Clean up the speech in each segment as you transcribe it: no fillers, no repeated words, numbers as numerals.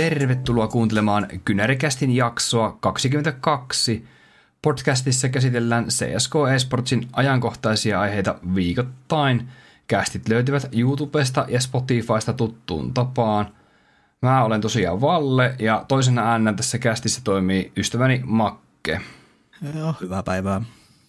Tervetuloa kuuntelemaan Kynärikästin jaksoa 22. Podcastissa käsitellään CS:GO Esportsin ajankohtaisia aiheita viikoittain. Kästit löytyvät YouTubesta ja Spotifysta tuttuun tapaan. Mä olen tosiaan Valle ja toisena äänenä tässä kästissä toimii ystäväni Makke. Joo, hyvää päivää.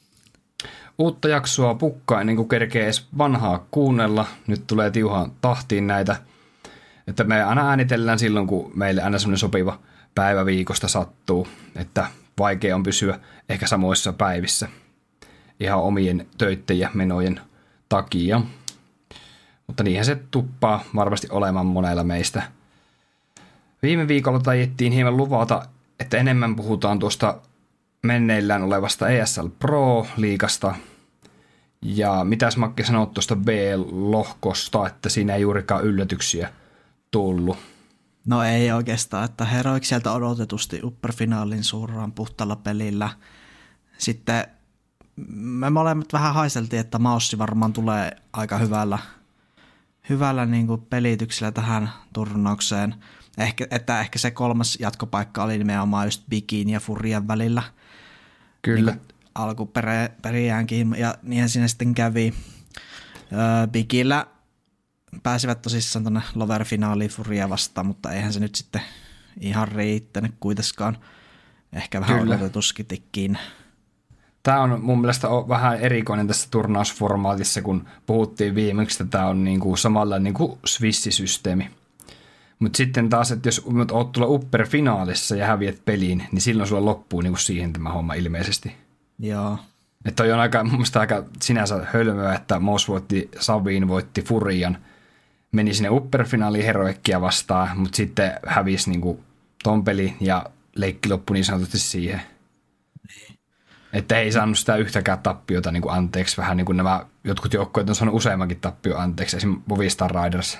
Uutta jaksoa pukkaa ennen kuin kerkee edes vanhaa kuunnella. Nyt tulee tiuhaan tahtiin näitä. Että me aina äänitellään silloin, kun meille aina semmoinen sopiva päivä viikosta sattuu, että vaikea on pysyä ehkä samoissa päivissä ihan omien töitten ja menojen takia. Mutta niinhän se tuppaa varmasti olemaan monella meistä. Viime viikolla taidettiin hieman luvata, että enemmän puhutaan tuosta menneillään olevasta ESL Pro-liigasta. Ja mitäs Makke sanot tuosta B-lohkosta, että siinä ei juurikaan yllätyksiä tullut? No ei oikeastaan, että Heroic sieltä odotetusti upperfinaalin suoraan puhtaalla pelillä. Sitten me molemmat vähän haiseltiin, että Maussi varmaan tulee aika hyvällä niin kuin pelityksellä tähän turnaukseen. Ehkä se kolmas jatkopaikka oli nimenomaan just Bigin ja Furian välillä. Kyllä. Niin alkuperiäänkin, ja niinhän siinä sitten kävi. Bigillä pääsivät tosissaan tuonne Lover-finaaliin Furia vastaan, mutta eihän se nyt sitten ihan riittänyt kuitenkaan. Ehkä vähän odotetuskitikin. Tämä on mun mielestä vähän erikoinen tässä turnausformaatissa, kun puhuttiin viimeksi, että tämä on niinku samalla niinku Swiss-systeemi. Mutta sitten taas, että jos olet tulla upper-finaalissa ja häviät peliin, niin silloin sulla loppuu niinku siihen tämä homma ilmeisesti. Joo. Että toi on mun mielestä aika sinänsä hölmöä, että Moss voitti Savin, voitti Furian, meni sinne upper-finaaliin Heroicia vastaan, mutta sitten hävisi niinku ton pelin ja leikki loppui niin sanotusti siihen. Niin. Että ei saanut sitä yhtäkään tappiota niinku anteeksi, vähän niin kuin nämä jotkut joukkueet on saanut useammankin tappio anteeksi, esimerkiksi Movistar Riders.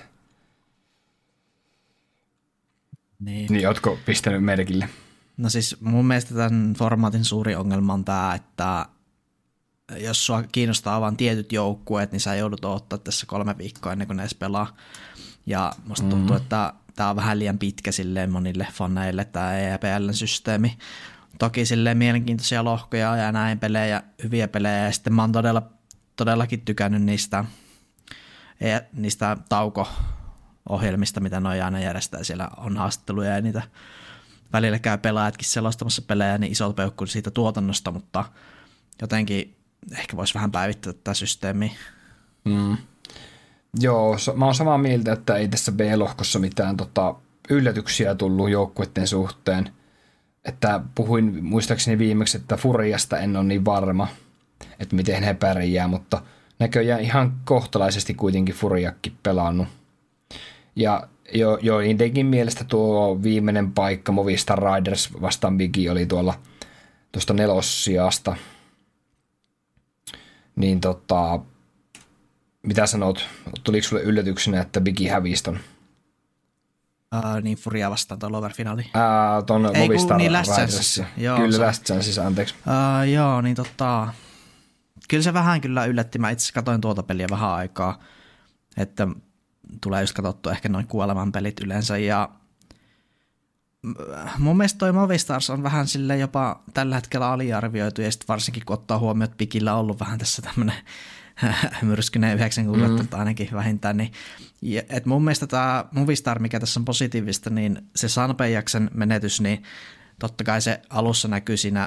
Niin ootko pistänyt merkille? No siis mun mielestä tämän formaatin suuri ongelma on tämä, että jos sua kiinnostaa vain tietyt joukkueet, niin sä joudut odottaa tässä 3 viikkoa ennen kuin ne edes pelaa. Ja musta tuntuu, että tämä on vähän liian pitkä silleen monille faneille tämä EPL-systeemi. Toki silleen mielenkiintoisia lohkoja ja näin pelejä, hyviä pelejä. Ja sitten mä oon todellakin tykännyt niistä tauko-ohjelmista, mitä noi aina järjestää. Siellä on haastatteluja ja niitä välillä käy pelaajatkin selostamassa pelejä, niin isot peukku siitä tuotannosta, mutta jotenkin ehkä voisi vähän päivittää tätä systeemiä. Joo, mä oon samaa mieltä, että ei tässä B-lohkossa mitään yllätyksiä tullut joukkueiden suhteen. Että puhuin muistaakseni viimeksi, että Furiasta en ole niin varma, että miten he pärjää, mutta näköjään ihan kohtalaisesti kuitenkin Furiakin pelannut. Ja joidenkin mielestä tuo viimeinen paikka Movistar Riders vastaan Bigi oli tuosta 4. sijasta. Niin mitä sanot? Tuliko sulle yllätyksenä, että Bigi hävisi ton? Niin Furia vastaan tuon Lover-finaali. Ton Movistar niin Riders. Kyllä Last Chances, anteeksi. Joo, niin kyllä se vähän kyllä yllätti. Mä itse katsoin tuota peliä vähän aikaa, että tulee just katsottua ehkä noin kuoleman pelit yleensä, ja mun mielestä toi Movistars on vähän sille jopa tällä hetkellä aliarvioitu, ja sitten varsinkin kun ottaa huomioon, että Bigillä on ollut vähän tässä tämmöinen myrskyneen 9 kuukautta ainakin vähintään, niin et mun mielestä tämä Movistar, mikä tässä on positiivista, niin se Sanpeijaksen menetys, niin totta kai se alussa näkyy siinä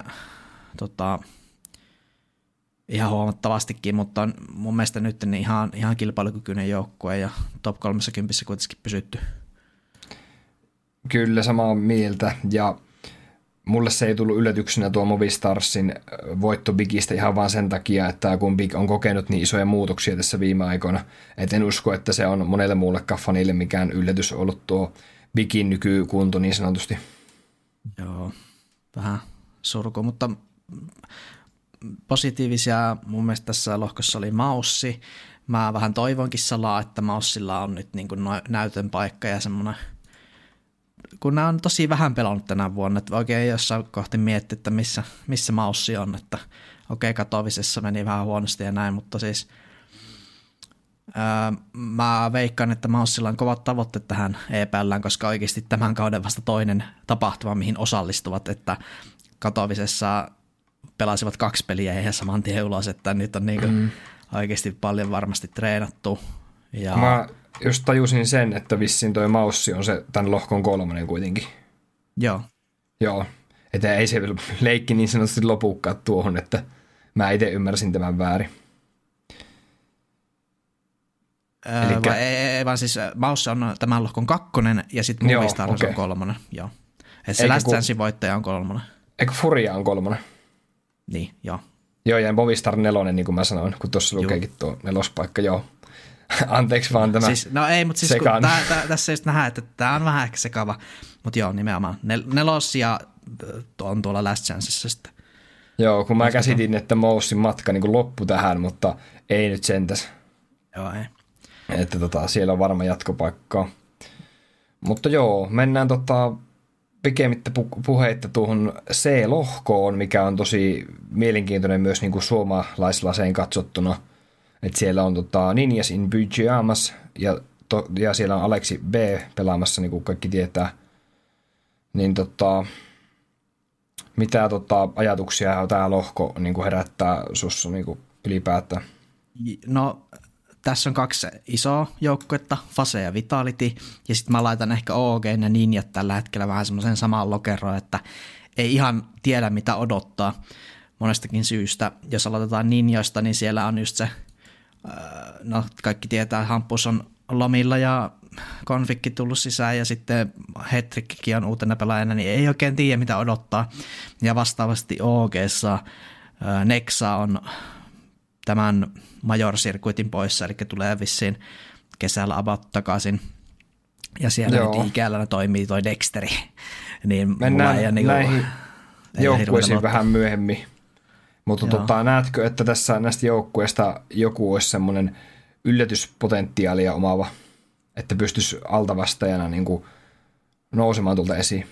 ihan huomattavastikin, mutta on mun mielestä nyt niin ihan kilpailukykyinen joukkue ja top 30 kuitenkin pysytty. Kyllä, samaa mieltä, ja mulle se ei tullut yllätyksenä tuo Movistarsin voitto Bigistä ihan vaan sen takia, että kun Big on kokenut niin isoja muutoksia tässä viime aikoina, et en usko, että se on monelle muullekaan fanille mikään yllätys ollut tuo Bigin nykykunto niin sanotusti. Joo, vähän surku, mutta positiivisia mun mielestä tässä lohkossa oli Maussi. Mä vähän toivonkin salaa, että Maussilla on nyt niin kuin näytön paikka ja semmoinen, kun nämä on tosi vähän pelannut tänä vuonna, että oikein jossain kohti miettiä, että missä Maussi on, että okei, Katovisessa meni vähän huonosti ja näin, mutta siis Mä veikkaan, että Maussilla on kovat tavoitteet tähän EPLään, koska oikeasti tämän kauden vasta toinen tapahtuma, mihin osallistuvat, että Katowisessa pelasivat 2 peliä ja saman tien ulos, että nyt on niinku oikeasti paljon varmasti treenattu. Ja mä just tajusin sen, että vissiin toi Maussi on se tämän lohkon 3 kuitenkin. Joo. Joo, että ei se leikki niin sanotusti lopukkaan tuohon, että mä itse ymmärsin tämän väärin. Vaan siis Maus on tämän lohkon 2 ja sitten Movistar on 3. Joo. Että se Last Chancein voittaja on 3. Eikö Furia on 3? Niin, joo. Joo, ja Movistar 4, niin kuin mä sanoin, kun tuossa lukeekin tuo 4. paikka, joo. Anteeksi vaan tämä siis, no ei, mutta siis tässä just nähdään, että tämä on vähän ehkä sekava, mutta joo, nimenomaan 4 ja on tuolla Last Chancessa sitten. Joo, kun mä käsitin, että Moussin matka niin loppui tähän, mutta ei nyt sentäs. Joo, ei. Että siellä on varma jatkopaikkaa. Mutta joo, mennään pikemmittä puheitta tuohon C-lohkoon, mikä on tosi mielenkiintoinen myös niin kuin suomalaislaseen katsottuna. Että siellä on Ninjas in Pyjamas ja siellä on Aleksi B pelaamassa, niin kuin kaikki tietää. Niin mitä ajatuksia tämä lohko niin kuin herättää sussa niin kuin ylipäätään? No tässä on 2 isoa joukkuetta, Fase ja Vitality, ja sitten mä laitan ehkä OG ja Ninjat tällä hetkellä vähän semmoisen samaan lokeroon, että ei ihan tiedä mitä odottaa monestakin syystä. Jos aloitetaan Ninjoista, niin siellä on just se, no kaikki tietää, Hampus on lomilla ja Konfikki tullut sisään ja sitten Hetrikkikin on uutena pelaajana, niin ei oikein tiedä mitä odottaa. Ja vastaavasti OG:ssa Nexa on tämän Major-sirkuitin poissa, eli tulee vissiin kesällä about takaisin. Ja siellä nyt ikällä toimii toi Dexteri. Niin mennään näihin joukkueisiin vähän myöhemmin. Mutta näetkö, että tässä näistä joukkueista joku olisi semmoinen yllätyspotentiaalia omaava, että pystyisi altavastajana niin kuin nousemaan tuolta esiin?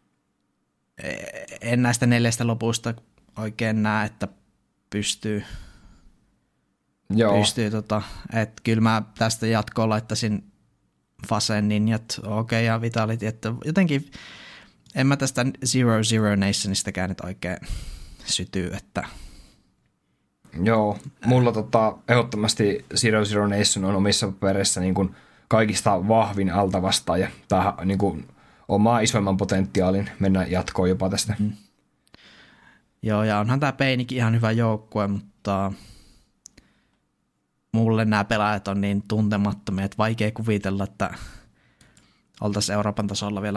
En näistä 4 lopusta oikein näe, että pystyy. Joo. Että kyllä mä tästä jatkoon laittaisin Fasen, Ninjat, OK ja Vitality, että jotenkin en mä tästä Zero Nationistäkään nyt oikein sytyy, että joo, mulla ehdottomasti Zero Nation on omissa papereissa niin kuin kaikista vahvin altavastaaja tai niin kuin omaa isoimman potentiaalin mennä jatkoon jopa tästä. Joo, ja onhan tämä Peinikin ihan hyvä joukkue, mutta mulle nämä pelaajat on niin tuntemattomia, että vaikea kuvitella, että oltaisiin Euroopan tasolla vielä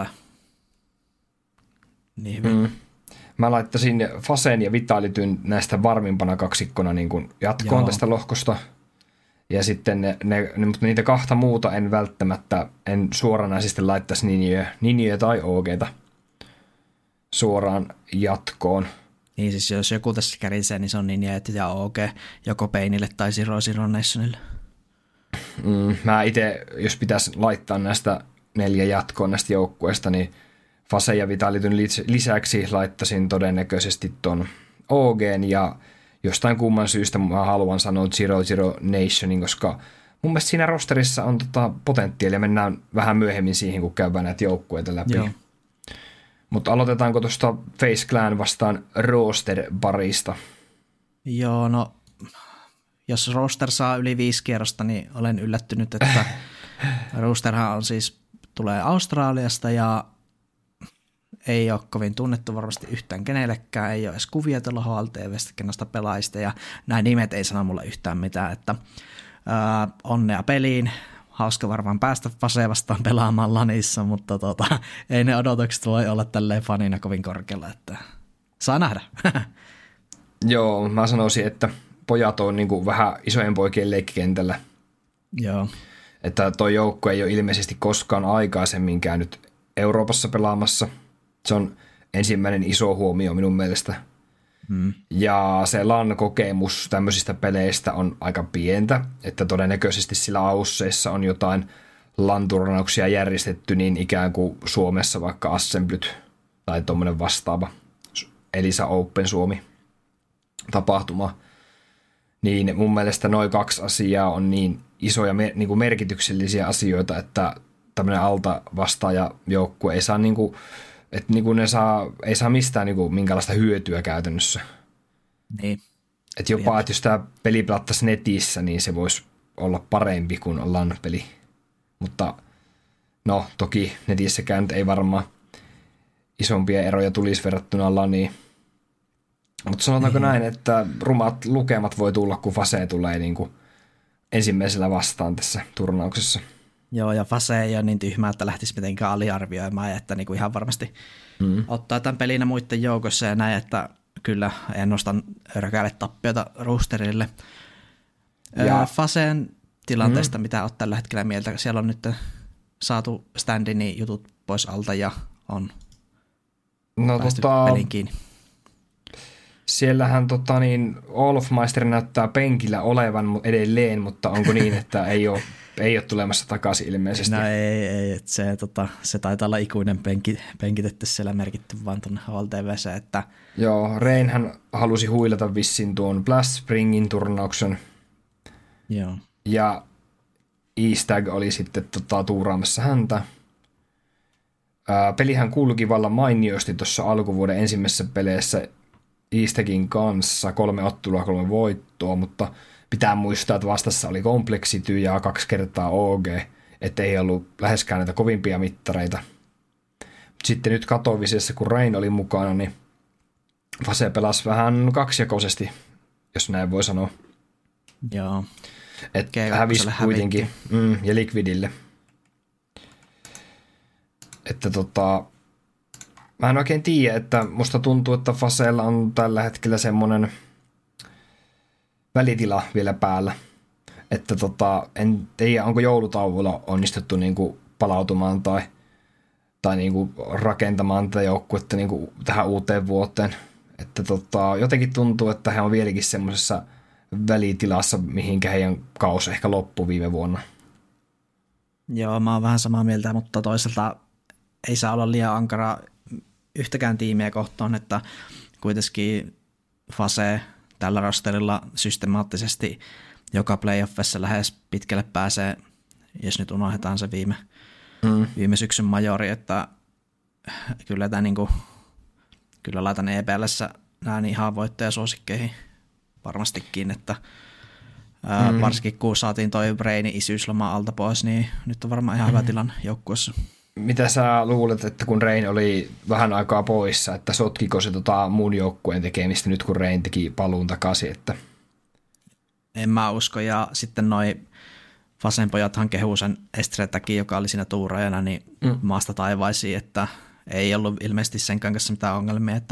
niin hyvin. Mä laittaisin Fasen ja Vitalityn näistä varmimpana kaksikkona niin kuin jatkoon tästä lohkosta. Ja sitten mutta niitä 2 muuta en välttämättä, en suoranaisesti laittaisi Ninjoja tai OGta suoraan jatkoon. Niin siis jos joku tässä kärisee, niin se on Ninja ja OG joko Peinille tai Zero Nationille. Mä itse, jos pitäisi laittaa näistä 4 jatkoon näistä joukkueista, niin Fase ja Vitalityn lisäksi laittaisin todennäköisesti ton OGn ja jostain kumman syystä mä haluan sanoa Zero Nationin, koska mun mielestä siinä rosterissa on potentiaalia. Mennään vähän myöhemmin siihen, kun käydään näitä joukkueita läpi. Joo. Mutta aloitetaanko tuosta Face Clan vastaan roster-parista? Joo, no jos roster saa yli 5 kierrosta, niin olen yllättynyt, että rosterhan on siis, tulee Australiasta ja ei ole kovin tunnettu varmasti yhtään kenellekään, ei ole edes kuvia tuolla HLTVstä kennosta pelaajista ja nämä nimet ei sano mulle yhtään mitään, että onnea peliin. Hauska varmaan päästä Faseen vastaan pelaamaan LANissa, mutta ei ne odotukset voi olla tälleen fanina kovin korkealla, että saa nähdä. Joo, mä sanoisin, että pojat on niin kuin vähän isojen poikien leikkikentällä. Joo. Että toi joukko ei ole ilmeisesti koskaan aikaisemmin käynyt Euroopassa pelaamassa. Se on ensimmäinen iso huomio minun mielestä. Ja se LAN-kokemus tämmöisistä peleistä on aika pientä, että todennäköisesti sillä Ausseissa on jotain LAN-turnauksia järjestetty niin ikään kuin Suomessa vaikka Assemblyt tai tuommoinen vastaava Elisa Open Suomi tapahtuma. Niin mun mielestä noin 2 asiaa on niin isoja niin kuin merkityksellisiä asioita, että tämmöinen alta vastaaja joukkue ei saa, niin kuin, että niin kuin ei saa mistään niin kuin minkäänlaista hyötyä käytännössä. Niin. Että jopa, että jos tämä peli pelattaisiin netissä, niin se voisi olla parempi kuin LAN-peli. Mutta no, toki netissäkään nyt ei varmaan isompia eroja tulisi verrattuna LANiin. Mutta sanotaanko näin, että rumat lukemat voi tulla, kun Fase tulee niin kuin ensimmäisellä vastaan tässä turnauksessa. Joo, ja Fase ei ole niin tyhmä, että lähtisi mitenkään aliarvioimaan, että niin kuin ihan varmasti ottaa tämän pelinä muiden joukossa ja näin, että kyllä ennustan rökäille tappiota Roosterille. Faseen tilanteesta, mitä olet tällä hetkellä mieltä, siellä on nyt saatu standini jutut pois alta ja on päästy pelin kiinni. Siellähän Olofmeister näyttää penkillä olevan edelleen, mutta onko niin, että ei ole tulemassa takaisin ilmeisesti? No ei että se taitaa olla ikuinen penkitetty siellä merkitty vaan tuonne HLTVC, että joo, Reinhän halusi huilata vissiin tuon Blast Springin turnauksen. Joo. Ja Eastag oli sitten tuuraamassa häntä. Pelihän kulki vallan mainiosti tuossa alkuvuoden ensimmäisessä peleissä Eastagin kanssa, 3 ottelua, 3 voittoa, mutta pitää muistaa, että vastassa oli Complexity ja 2 kertaa OG, ettei ollut läheskään näitä kovimpia mittareita. Sitten nyt Katowicessa, kun Rein oli mukana, niin Fase pelasi vähän kaksijakoisesti, jos näin voi sanoa. Joo. Että hävisi kuitenkin ja Liquidille. Että mä en oikein tiedä, että musta tuntuu, että Fasella on tällä hetkellä semmoinen välitila vielä päällä. Että en tiedä, onko joulutauolla onnistuttu niinku palautumaan tai niinku rakentamaan tätä joukkuetta niinku tähän uuteen vuoteen. Että jotenkin tuntuu, että he on vieläkin semmoisessa välitilassa, mihinkä heidän kaus ehkä loppui viime vuonna. Joo, mä oon vähän samaa mieltä, mutta toisaalta ei saa olla liian ankara yhtäkään tiimiä kohtaan, että kuitenkin Fase tällä rosterilla systemaattisesti joka playoffissa lähes pitkälle pääsee, jos nyt unohdetaan se viime syksyn majori, että kyllä tämä niinku, kyllä laitan EPL:ssä nämä ihan voittajasuosikkeihin varmastikin, että varsinkin kun saatiin toi Braini isyysloma alta pois, niin nyt on varmaan ihan hyvä tilanne joukkueessa. Mitä sä luulet, että kun Rein oli vähän aikaa poissa, että sotkiko se muun joukkueen tekemistä nyt kun Rein teki paluun takaisin? Että en mä usko, ja sitten noi Fasen pojathan kehuu sen Estretäkin, joka oli siinä tuuraajana, niin maasta taivaisiin, että ei ollut ilmeisesti sen kanssa mitään ongelmia, että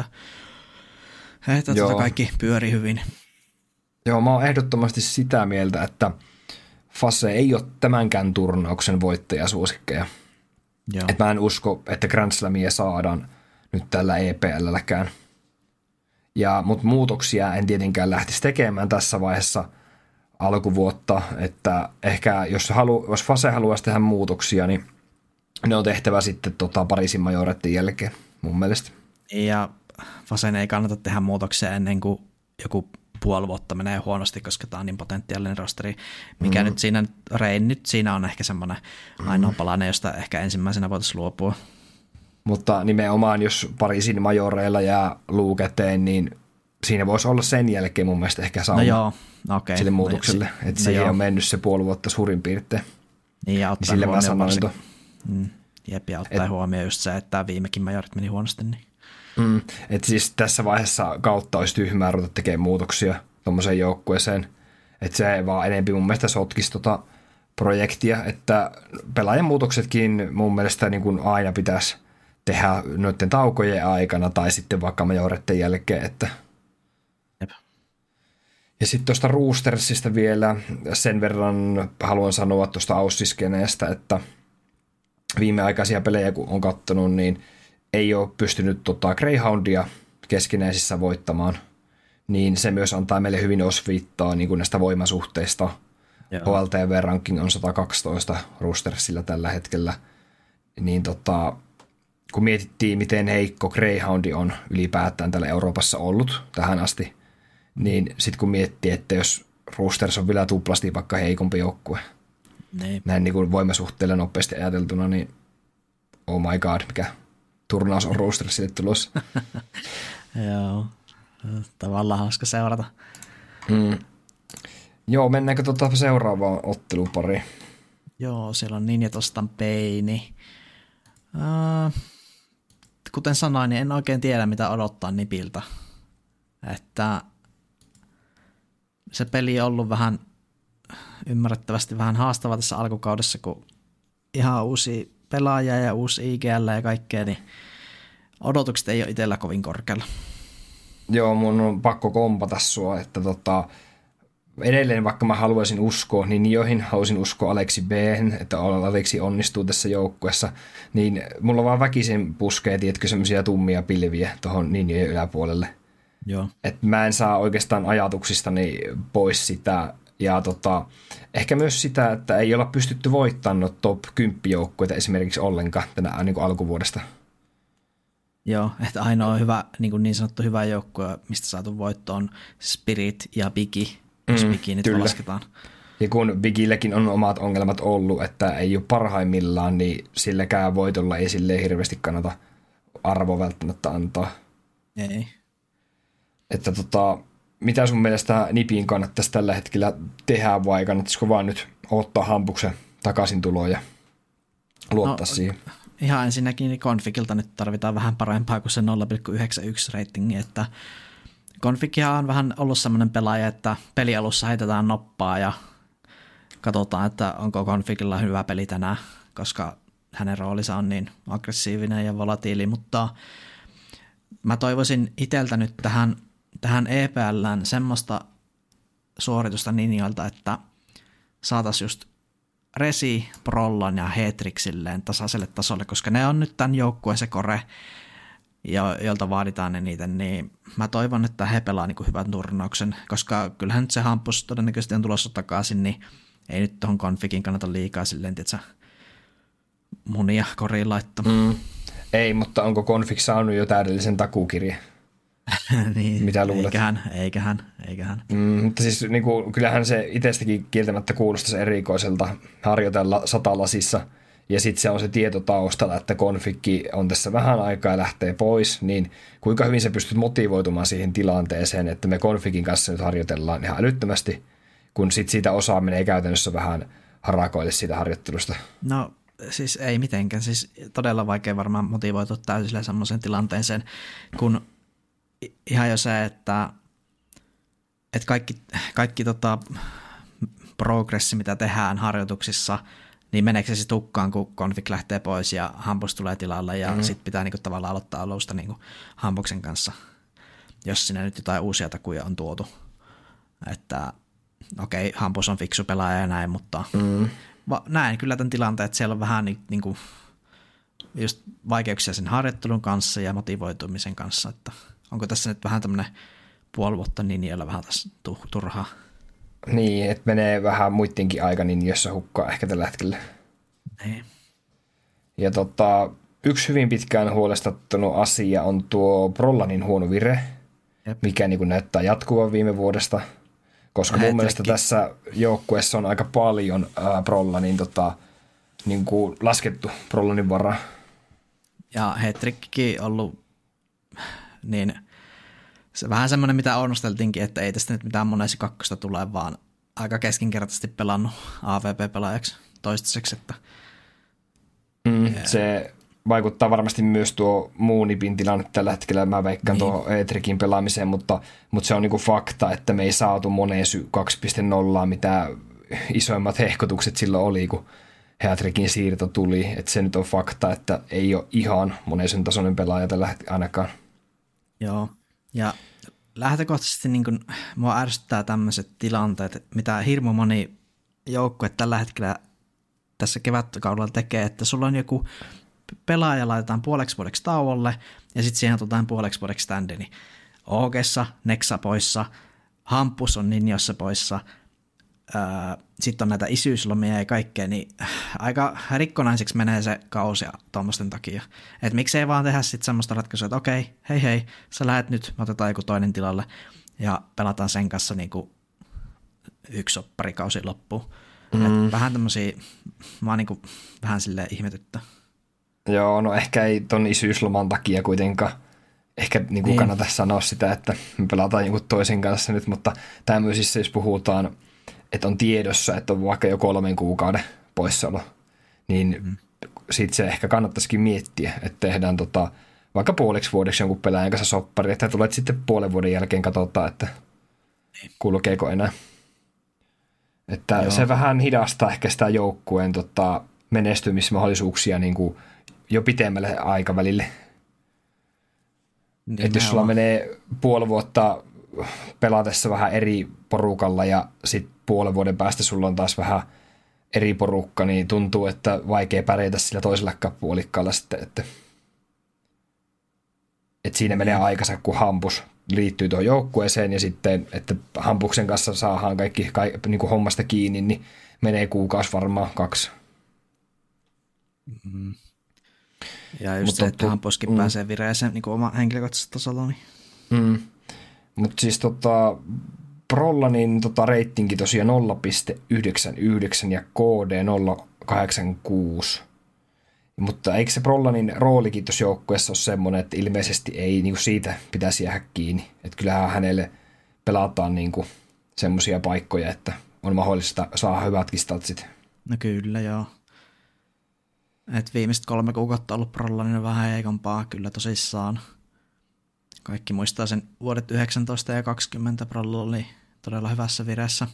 kaikki pyöri hyvin. Joo, mä oon ehdottomasti sitä mieltä, että Fase ei ole tämänkään turnauksen voittajasuosikkeja. Että mä en usko, että Grand Slamia saadaan nyt tällä EPL:lläkään. Mutta muutoksia en tietenkään lähtisi tekemään tässä vaiheessa alkuvuotta, että ehkä jos Fase haluaisi tehdä muutoksia, niin ne on tehtävä sitten Pariisin majoreiden jälkeen mun mielestä. Ja Fasen ei kannata tehdä muutoksia ennen kuin joku puoli vuotta menee huonosti, koska tämä on niin potentiaalinen rosteri, mikä nyt siinä, Rein nyt siinä on ehkä semmoinen ainoa palanen, josta ehkä ensimmäisenä voitaisiin luopua. Mutta nimenomaan, jos Pariisin majoreilla jää luu käteen, niin siinä voisi olla sen jälkeen mun mielestä ehkä sauma sille muutokselle, että siihen on mennyt se puoli vuotta suurin piirtein. Niin, ja ottaa huomioon ja ottaa huomioon just se, että viimekin majorit meni huonosti, niin että siis tässä vaiheessa kautta olisi tyhmää ruveta tekemään muutoksia tuommoiseen joukkueeseen. Että se vaan enemmän mun mielestä sotkisi projektia, että pelaajan muutoksetkin mun mielestä niin kuin aina pitäisi tehdä noiden taukojen aikana tai sitten vaikka majoreiden jälkeen. Että. Ja sitten tuosta Roostersista vielä sen verran haluan sanoa tuosta Aussiskeneestä, että viimeaikaisia pelejä kun on katsonut, niin ei ole pystynyt Greyhoundia keskinäisissä voittamaan, niin se myös antaa meille hyvin osviittaa niin kuin näistä voimasuhteista. HLTV-ranking on 112 Roostersilla tällä hetkellä, niin kun mietittiin, miten heikko Greyhoundi on ylipäätään täällä Euroopassa ollut tähän asti, niin sitten kun miettii, että jos Roosters on vielä tuplasti vaikka heikompi joukkue. Niin. Näin niin kuin voimasuhteella nopeasti ajateltuna, niin oh my god, mikä turnaus on Roostersille tulossa. Joo, tavallaan hauska seurata. Joo, mennäänkö seuraavaan ottelupariin? Joo, siellä on Ninja Tostan Peini. Kuten sanoin, niin en oikein tiedä, mitä odottaa Nipiltä. Että se peli on ollut vähän ymmärrettävästi vähän haastava tässä alkukaudessa, kun ihan uusi pelaaja ja uusi IGL ja kaikkea, niin odotukset ei ole itsellä kovin korkealla. Joo, mun on pakko kompata sua, että edelleen vaikka mä haluaisin uskoa, niin joihin haluaisin uskoa Aleksi B:hen, että Aleksi onnistuu tässä joukkueessa, niin mulla vaan väkisin puskee, tiedätkö, semmoisia tummia pilviä tuohon Ninjojen yläpuolelle. Joo. Että mä en saa oikeastaan ajatuksistani pois sitä, ja ehkä myös sitä, että ei olla pystytty voittamaan top 10 joukkueita esimerkiksi ollenkaan tänä niin kuin alkuvuodesta. Joo, että ainoa hyvä, niin sanottu hyvä joukkue, mistä saatu voitto on Spirit ja Bigi, jos Bigi nyt lasketaan. Ja kun Bigillekin on omat ongelmat ollut, että ei ole parhaimmillaan, niin silläkään voitolla ei silleen hirveästi kannata arvoa välttämättä antaa. Ei. Että mitä sun mielestä Nipin kannattaisi tällä hetkellä tehdä, vai kannattaisiko vaan nyt ottaa Hampuksen takaisin tuloon ja luottaa siihen? Ihan ensinnäkin niin Configilta nyt tarvitaan vähän parempaa kuin se 0,91 ratingi, että Configia on vähän ollut sellainen pelaaja, että pelialussa heitetään noppaa ja katsotaan, että onko Configilla hyvä peli tänään, koska hänen roolinsa on niin aggressiivinen ja volatiili, mutta mä toivoisin itseltä nyt tähän EPL:ään semmoista suoritusta Ninjoilta, että saataisiin just Resi, Prollon ja Hetriksilleen tasaiselle tasolle, koska ne on nyt tämän joukkueen se kore, jolta vaaditaan ne niitä, niin mä toivon, että he pelaa niin kuin hyvän turnauksen, koska kyllähän nyt se Hampus todennäköisesti on tulossa takaisin, niin ei nyt tuohon Configin kannata liikaa silleen, että munia koriin laittaa. Ei, mutta onko Config saanut jo täydellisen takuukirje? Niin, mitä luulet? Eiköhän. Mutta siis niin kuin, kyllähän se itsestäkin kieltämättä kuulostaisi erikoiselta harjoitella satalasissa, ja sitten se on se tieto taustalla, että Config on tässä vähän aikaa ja lähtee pois, niin kuinka hyvin sä pystyt motivoitumaan siihen tilanteeseen, että me Configin kanssa nyt harjoitellaan ihan älyttömästi, kun sitten siitä osaa menee käytännössä vähän harakoille siitä harjoittelusta. No siis ei mitenkään, siis todella vaikea varmaan motivoitua täysillä semmoiseen tilanteeseen, kun ihan jo se, että kaikki progressi, mitä tehdään harjoituksissa, niin meneekö se tukkaan, kun Config lähtee pois ja Hampus tulee tilalle ja sitten pitää niinku tavallaan aloittaa alusta niinku Hampuksen kanssa, jos sinne nyt jotain uusia takuja on tuotu. Että okei, Hampus on fiksu pelaaja ja näin, mutta näen kyllä tämän tilanteen, että siellä on vähän niinku just vaikeuksia sen harjoittelun kanssa ja motivoitumisen kanssa, että onko tässä nyt vähän tämmöinen puoli vuotta Ninjoilla vähän tässä turhaa? Niin, että menee vähän muidenkin aika Ninjoissa hukkaa ehkä tällä hetkellä. Ei. Ja yksi hyvin pitkään huolestuttanut asia on tuo Prollanin huono vire, mikä niin kuin näyttää jatkuvan viime vuodesta, koska mun mielestä tässä joukkueessa on aika paljon Prollanin niin kuin laskettu Prollanin varaa. Ja Hetrikkikin ollut niin se vähän semmoinen, mitä onnosteltiinkin, että ei tästä nyt mitään monesi kakkosta tule, vaan aika keskinkertaisesti pelannut AVP-pelaajaksi toistaiseksi. Että se vaikuttaa varmasti myös tuo muu Nipin tilanne tällä hetkellä. Mä veikkaan tuohon Etrikin pelaamiseen, mutta se on niinku fakta, että me ei saatu Monesy 2.0, mitä isoimmat hehkotukset silloin oli, kun Hetrikin siirto tuli. Että se nyt on fakta, että ei ole ihan Monesyn tasoinen pelaaja tällä hetkellä ainakaan. Joo, ja lähtökohtaisesti niin kun mua ärsyttää tämmöiset tilanteet, mitä hirmu moni joukkue tällä hetkellä tässä kevätkaudella tekee, että sulla on joku pelaaja laitetaan puoleksi vuodeksi tauolle ja sitten siihen otetaan puoleksi vuodeksi standi, niin Oogessa, Nexa poissa, Hampus on Ninjossa poissa, sitten on näitä isyyslomia ja kaikkea, niin aika rikkonaiseksi menee se kausi tuommoisten takia. Että miksei vaan tehdä sitten semmoista ratkaisua, että okei, hei, sä lähet nyt, me otetaan joku toinen tilalle ja pelataan sen kanssa niinku yksi sopparikausi loppuu. Vähän tämmöisiä, vaan niin kuin, vähän silleen ihmetyttä. Joo, no ehkä ei ton isyysloman takia kuitenkaan ehkä niin. Kannata sanoa sitä, että me pelataan jonkun toisen kanssa nyt, mutta tämmöisissä, jos puhutaan, että on tiedossa, että on vaikka jo 3 kuukauden poissaolo, niin sitten se ehkä kannattaisikin miettiä, että tehdään vaikka puoliksi vuodeksi jonkun pelaajan kanssa soppari, että tulet sitten puolen vuoden jälkeen katsotaan, että kulkeeko enää. Että joo. Se vähän hidastaa ehkä sitä joukkueen menestymismahdollisuuksia niin kuin jo pitemmälle aikavälille. Että jos sulla menee puoli vuotta pelatessa vähän eri porukalla ja sitten puolen vuoden päästä sulla on taas vähän eri porukka, niin tuntuu, että vaikea pärjätä sillä toisellakaan puolikkaalla sitten, että siinä menee aikansa, kun Hampus liittyy tuohon joukkueeseen ja sitten, että Hampuksen kanssa saadaan kaikki niin kuin hommasta kiinni, niin menee kuukausi varmaan 2. Mm-hmm. Ja just se, että Hampuskin pääsee vireeseen niin oma henkilökohtaisella tasolla. Niin. Mutta siis Prollanin reitingi tosiaan 0,99 ja KD 0,86. Mutta eikö se Prollanin roolikin tuossa joukkueessa ole semmoinen, että ilmeisesti ei niinku siitä pitäisi jäädä kiinni. Että kyllähän hänelle pelataan niinku semmoisia paikkoja, että on mahdollista saada hyvätkin statsit. No kyllä, joo. Et viimeiset 3 kuukautta ollut Prollanin vähän heikompaa, kyllä tosissaan. Kaikki muistaa sen vuodet 19 ja 20, Prolla oli todella hyvässä vireessä.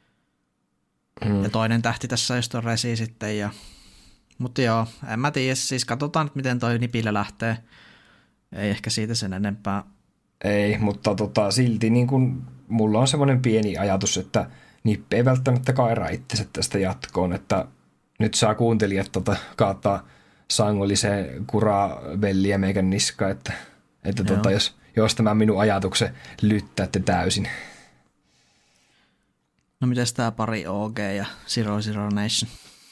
Ja toinen tähti tässä just on Resi sitten. Mutta joo, en mä tiedä, siis katsotaan nyt miten toi Nipille lähtee. Ei ehkä siitä sen enempää. Ei, mutta silti niin kun mulla on semmoinen pieni ajatus, että Nippe ei välttämättä kaira itsensä tästä jatkoon, että nyt saa kuuntelijat kaattaa sangolliseen kuraa velliä meikän niska, että jos tämä minun ajatuksen lyttäätte täysin. No mites tää pari OG ja Zero Zero Nation?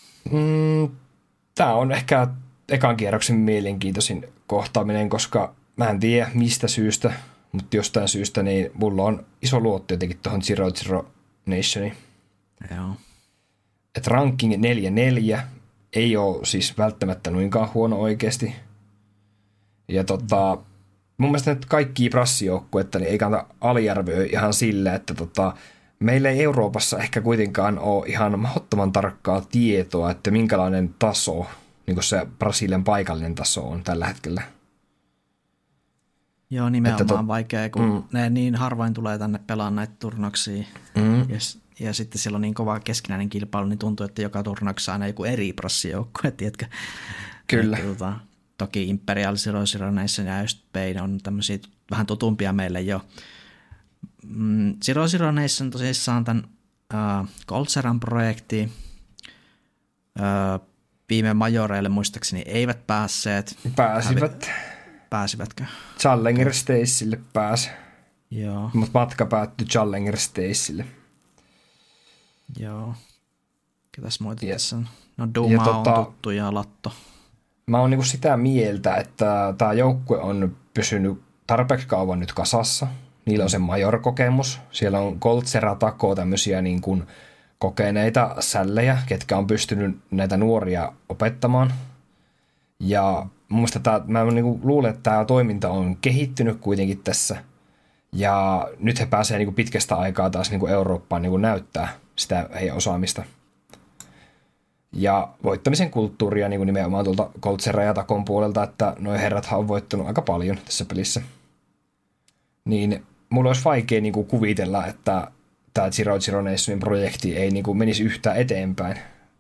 Tää on ehkä ekan kierroksen mielenkiintoisin kohtaaminen, koska mä en tiedä mistä syystä, mutta jostain syystä niin mulla on iso luotto jotenkin tuohon Zero Zero Nationiin. Joo. Et ranking 4-4 ei ole siis välttämättä noinkaan huono oikeasti. Ja mun mielestä nyt kaikkia prassijoukkuetta niin ei kannata aliarvioi ihan sillä, että meillä ei Euroopassa ehkä kuitenkaan ole ihan mahdottoman tarkkaa tietoa, että minkälainen taso, niin kuin se Brasilian paikallinen taso on tällä hetkellä. Joo, nimenomaan vaikea, kun ne niin harvoin tulee tänne pelaamaan näitä turnauksia. Ja sitten siellä on niin kova keskinäinen kilpailu, niin tuntuu, että joka turnauksessa aina joku eri prassijoukkue, tiedätkö? Kyllä. Toki Imperial Zero Zero Nation ja just Pain on tämmöisiä vähän tutumpia meille jo. Zero Zero Nation tosissaan tämän Coltseran projekti viime majoreille muistaakseni eivät päässeet. Pääsivätkö? Challenger Stacelle pääsi. Joo. Mutta matka päättyi Challenger Stacelle. Joo. Ketäs muita tässä on? No Duma on tuttu ja Latto. Mä oon niinku sitä mieltä, että tämä joukkue on pysynyt tarpeeksi kauan nyt kasassa. Niillä on se major-kokemus. Siellä on Coltsera takoo tämmöisiä niin kuin kokeneita sällejä, ketkä on pystynyt näitä nuoria opettamaan. Ja mä niinku luulen, että tämä toiminta on kehittynyt kuitenkin tässä. Ja nyt he pääsee niinku pitkästä aikaa taas niinku Eurooppaan niinku näyttää sitä heidän osaamista. Ja voittamisen kulttuuria niin kuin nimenomaan tuolta Coltsera ja Takon puolelta, että nuo herrathan on voittanut aika paljon tässä pelissä. Niin mulla olisi vaikea niin kuin kuvitella, että tämä Zero Zero Nationin projekti ei niin kuin menisi yhtään eteenpäin.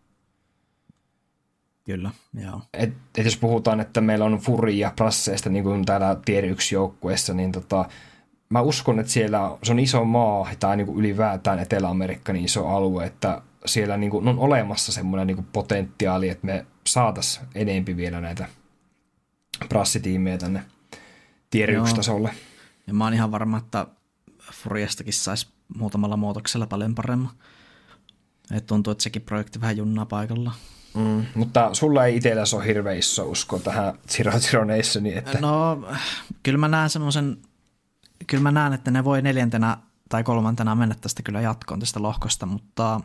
Kyllä, joo. Et jos puhutaan, että meillä on Furia Brasseista niin kuin täällä Tier 1 joukkueessa, niin mä uskon, että siellä se on iso maa, tai niin kuin ylipäätään Etelä-Amerikka niin iso alue, että siellä niin kuin on olemassa semmoinen niin kuin potentiaali, että me saataisiin enempi vielä näitä brassitiimejä tänne Tier 1-tasolle. Ja mä oon ihan varma, että Furiastakin saisi muutamalla muutoksella paljon paremmin. Et tuntuu, että sekin projekti vähän junnaa paikalla. Mutta sulla ei itselläsi ole hirveän iso usko tähän Zero Zero Nationiin. Että... No, kyllä mä näen, että ne voi 4. tai kolmantena mennä tästä kyllä jatkoon tästä lohkosta, mutta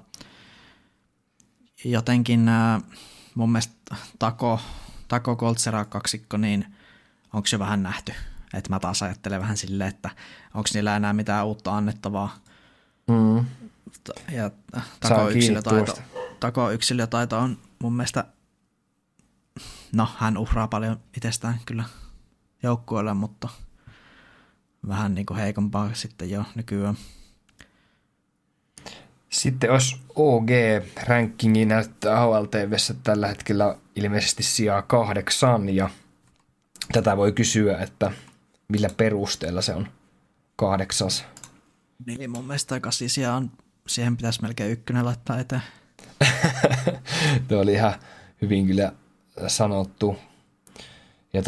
jotenkin mun mielestä Tako Coltsera kaksikko, niin onko se vähän nähty? Että mä taas ajattelen vähän silleen, että onko niillä enää mitään uutta annettavaa. Ja Tako yksilötaito on mun mielestä, no hän uhraa paljon itsestään kyllä joukkueelle, mutta vähän niin kuin heikompaa sitten jo nykyään. Sitten olisi OG-rankingi näyttää HLTV:ssä tällä hetkellä ilmeisesti sijaa 8, ja tätä voi kysyä, että millä perusteella se on 8. Niin mun mielestä toi 8 sija on, siihen pitäisi melkein 1 laittaa eteen. Tuo oli ihan hyvin kyllä sanottu. Ja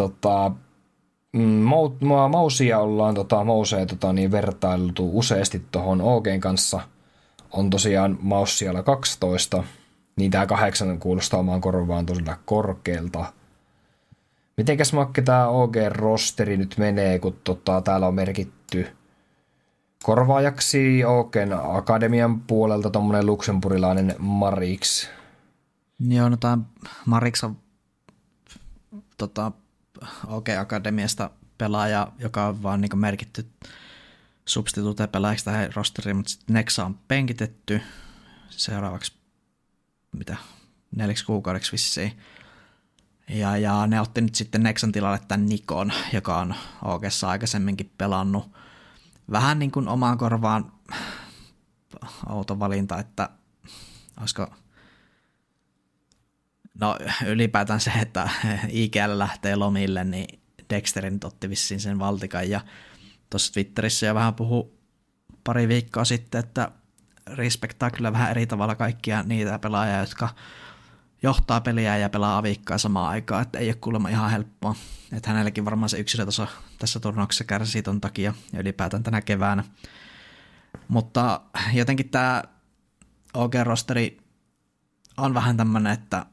Mousia ollaan Mousea niin vertailtu useasti tuohon OGn kanssa. On tosiaan Maus siellä 12, niin tämä 8 kuulostaa omaan korvaan tosiaan korkealta. Mitenkäs Makke tämä OG-rosteri nyt menee, kun täällä on merkitty korvaajaksi OGn akademian puolelta tommonen luksemburilainen Marix. Joo, no tämä Marix on OG-akademiasta pelaaja, joka on vaan niin merkitty substituute-pelaajaksi tähän rosteriin, mutta sitten Nexa on penkitetty seuraavaksi 4 kuukaudeksi vissiin. Ja ne otti nyt sitten Nexan tilalle tämän Nikon, joka on OG:ssa aikaisemminkin pelannut. Vähän niin kuin omaan korvaan outo valinta, että olisiko, no ylipäätään se, että IGL lähtee lomille, niin Dexterin otti vissiin sen valtikan, ja tuossa Twitterissä jo vähän puhui pari viikkoa sitten, että respektaa kyllä vähän eri tavalla kaikkia niitä pelaajia, jotka johtaa peliä ja pelaa avikkaa samaan aikaan, että ei ole kuulemma ihan helppoa. Että hänelläkin varmaan se yksilötaso tässä turnauksessa kärsii ton takia ja ylipäätään tänä keväänä. Mutta jotenkin tämä OG-rosteri on vähän tämmöinen, että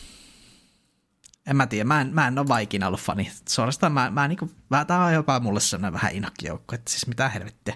en mä tiedä, mä en ole vaan ikinä ollut fani. Suorastaan mä niinku, tää on jopa mulle sellainen vähän inokkijoukko, että siis mitä helvettiä.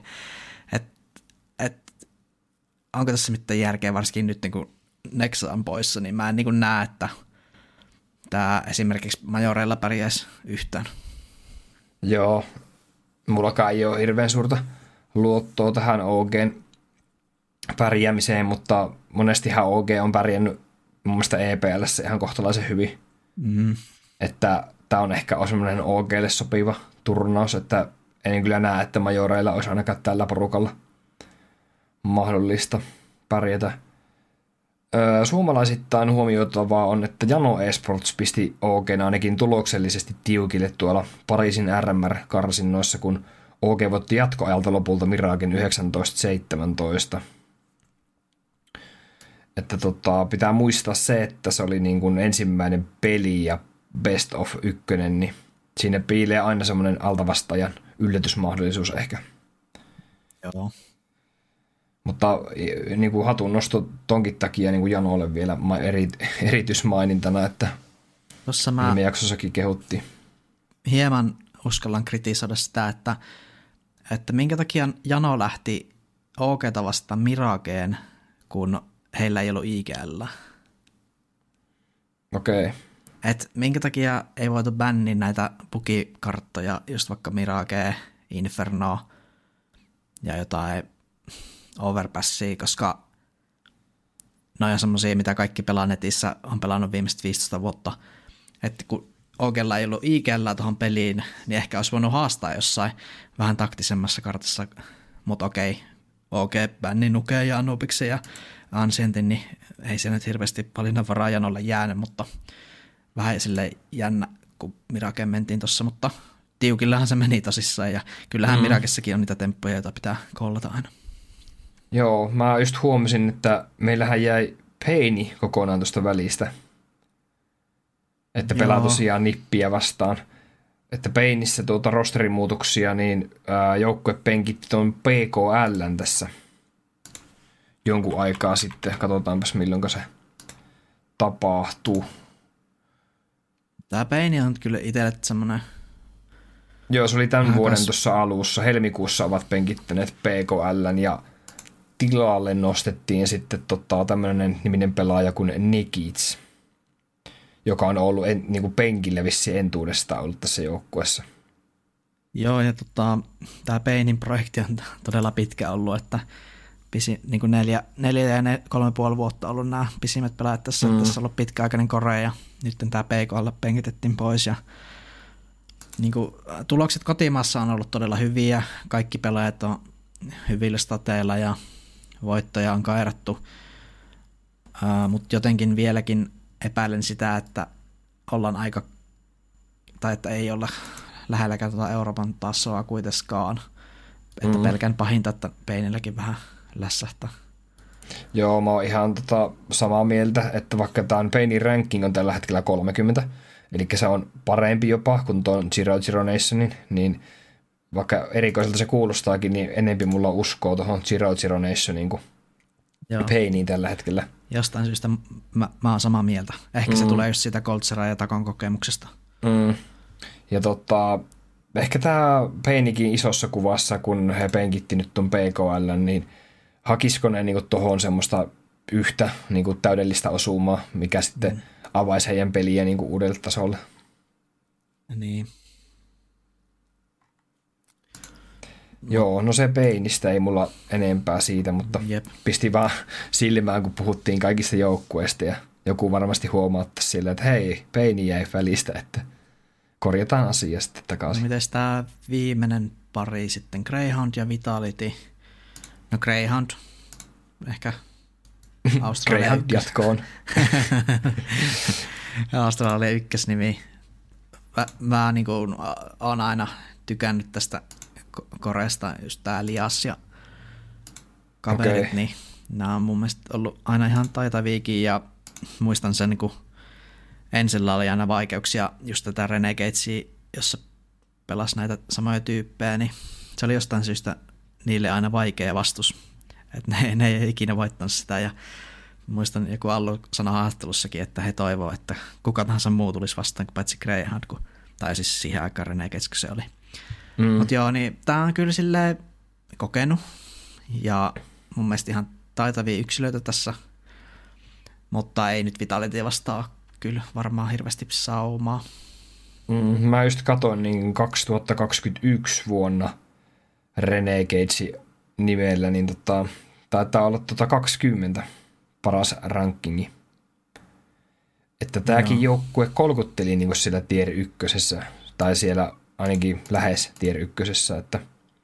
Onko tässä mitään järkeä, varsinkin nyt niin kun Nexa on poissa, niin mä en niin näe, että tämä esimerkiksi majoreilla pärjäisi yhtään. Joo, mullakaan ei ole hirveän suurta luottoa tähän OGn pärjäämiseen, mutta monestihan OG on pärjännyt mun mielestä EPL:ssä ihan kohtalaisen hyvin. Että tämä on ehkä semmoinen OGlle sopiva turnaus, että en kyllä näe, että majoreilla olisi ainakaan tällä porukalla mahdollista pärjätä. Suomalaisittain huomioitavaa on, että Jano Esports pisti OG:n ainakin tuloksellisesti tiukille tuolla Pariisin RMR-karsinnoissa, kun OG voitti jatkoajalta lopulta Miragen 19-17. Että pitää muistaa se, että se oli niin kuin ensimmäinen peli ja best of 1, niin siinä piilee aina semmoinen altavastaajan yllätysmahdollisuus ehkä. Joo. Mutta niin kuin hatun nosto tonkin takia niin kuin Janolle vielä erityismainintana, että viime jaksossakin kehuttiin. Hieman uskallan kritisoida sitä, että minkä takia Jano lähti OG:ta vastaan Mirageen, kun heillä ei ollut IGL. Okei. Et minkä takia ei voitu bänniä näitä pukikarttoja, just vaikka Mirage, Inferno ja jotain Overpassia, koska ne on semmosia, mitä kaikki pelaa netissä, on pelannut viimeiset 15 vuotta. Että kun OG:lla ei ollut IGL tuohon peliin, niin ehkä olisi voinut haastaa jossain vähän taktisemmassa kartassa, mutta okei, OG bänni Nukea ja Anubiksen ja Ancientin, niin ei se nyt hirveästi valinnanvaraa Janolle jäänyt, mutta vähän silleen jännä, kun Mirageen mentiin tuossa, mutta tiukillahan se meni tosissaan, ja kyllähän Miragessakin on niitä temppuja, joita pitää kollata aina. Joo, mä just huomasin, että meillähän jäi Peini kokonaan tuosta välistä, että pelaa tosiaan nippiä vastaan. Että Peinissä rosterimuutoksia, niin joukkue penkitti tuon PKL:n tässä jonkun aikaa sitten. Katsotaanpas milloin se tapahtuu. Tämä Peini on kyllä itselle semmoinen Joo, se oli tämän vuoden tuossa alussa. Helmikuussa ovat penkittäneet PKL:n ja tilalle nostettiin sitten tämmöinen niminen pelaaja kuin Nikits, joka on ollut niin kuin penkillä vissiin entuudestaan ollut tässä joukkueessa. Joo, ja tämä Painin projekti on todella pitkä ollut, että niin kuin 4 ja 3,5 vuotta ollut nämä pisimmät pelaajat tässä. Tässä on ollut pitkäaikainen Korea ja nyt tämä PKL penkitettiin pois. Ja niin kuin, tulokset kotimaassa on ollut todella hyviä. Kaikki pelaajat on hyvillä stateilla ja voittoja on kairattu. Mutta jotenkin vieläkin epäilen sitä, että ollaan tai että ei olla lähelläkään Euroopan tasoa kuitenkaan. Että pelkään pahinta, että Peinilläkin vähän lässähtää. Joo, mä oon ihan samaa mieltä, että vaikka tämä Painin ranking on tällä hetkellä 30, eli se on parempi jopa kuin tuon Zero Nationin, niin vaikka erikoiselta se kuulostaakin, niin enemmän mulla on uskoa tuohon Zero Nationin kuin Painiin tällä hetkellä. Jostain syystä mä oon samaa mieltä. Ehkä se tulee just siitä Coltseraa ja Takon kokemuksesta. Ja ehkä tämä Painikin isossa kuvassa, kun he penkitti nyt tuon PKL, niin hakisiko ne niinku tuohon semmoista yhtä niinku täydellistä osumaa, mikä sitten avaisi heidän peliä niinku uudelle tasolle. Niin. Joo, no se Painista ei mulla enempää siitä, mutta pisti vaan silmään, kun puhuttiin kaikista joukkueista ja joku varmasti huomauttaa sillä, että hei, Paini jäi välistä, että korjataan asia sitten takaisin. No, mites tämä viimeinen pari sitten, Greyhound ja Vitality? No Greyhound, ehkä Australia Greyhound jatkoon. Australia ykkösnimi. Mä niin kuin oon aina tykännyt tästä Koreasta, just tää Lias ja kaverit, niin nämä on mun mielestä ollut aina ihan taitaviikin ja muistan sen, niin kun ensillä oli aina vaikeuksia just tätä Renegadesia, jossa pelasi näitä samoja tyyppejä, niin se oli jostain syystä niille aina vaikea vastus, että ne ei ikinä voittanut sitä ja muistan joku Allu sanoi haastattelussakin, että he toivoo, että kuka tahansa muu tulisi vastaan kuin paitsi Greyhound, tai siis siihen aikaan Renegades, kun se oli. Mutta joo, niin tää on kyllä silleen kokenut ja mun mielestä ihan taitavia yksilöitä tässä, mutta ei nyt Vitality vastaa kyllä varmaan hirveästi saumaa. Mä just katoin niin 2021 vuonna Renegadesin nimellä, niin taitaa olla 20 paras rankingi. Että tääkin joukkue kolkutteli niin siellä tier ykkösessä, tai siellä ainakin lähes tier ykkösessä, että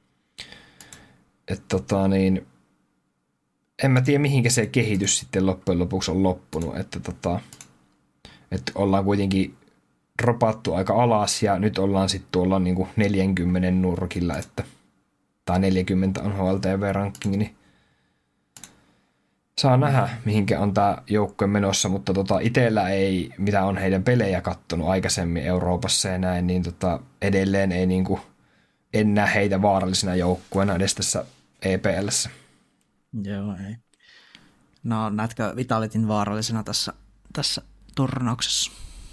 en mä tiedä mihinkä se kehitys sitten loppujen lopuksi on loppunut, että ollaan kuitenkin dropattu aika alas ja nyt ollaan sitten tuolla niinku 40 nurkilla, tai 40 on HLTV-ranking, niin saa nähdä, mihinkä on tämä joukkue menossa, mutta itsellä ei, mitä on heidän pelejä kattonut aikaisemmin Euroopassa ja näin, niin edelleen ei niinku, en näe heitä vaarallisena joukkueena edes tässä EPL:ssä. Joo, ei. No, näetkö Vitalityn vaarallisena tässä turnauksessa?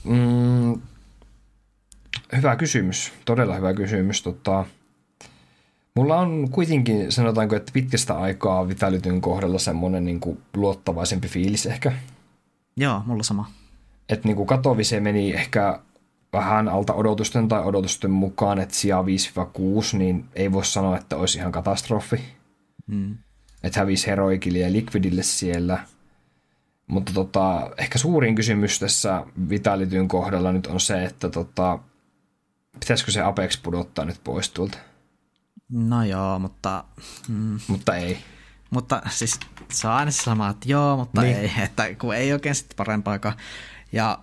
Hyvä kysymys, todella hyvä kysymys. Mulla on kuitenkin, sanotaanko, että pitkästä aikaa Vitalityn kohdalla semmoinen niin kuin luottavaisempi fiilis ehkä. Joo, mulla sama. Että niin kuin Katowice meni ehkä vähän alta odotusten tai odotusten mukaan, että sija 5-6, niin ei voi sanoa, että olisi ihan katastrofi. Että hävisi Heroikille ja Liquidille siellä. Mutta ehkä suurin kysymys tässä Vitalityn kohdalla nyt on se, että pitäisikö se Apex pudottaa nyt pois tuolta? No joo, mutta... Mutta ei. Mutta siis se on aina sama, että joo, mutta niin. Ei. Että kun ei oikein sitten parempaakaan. Ja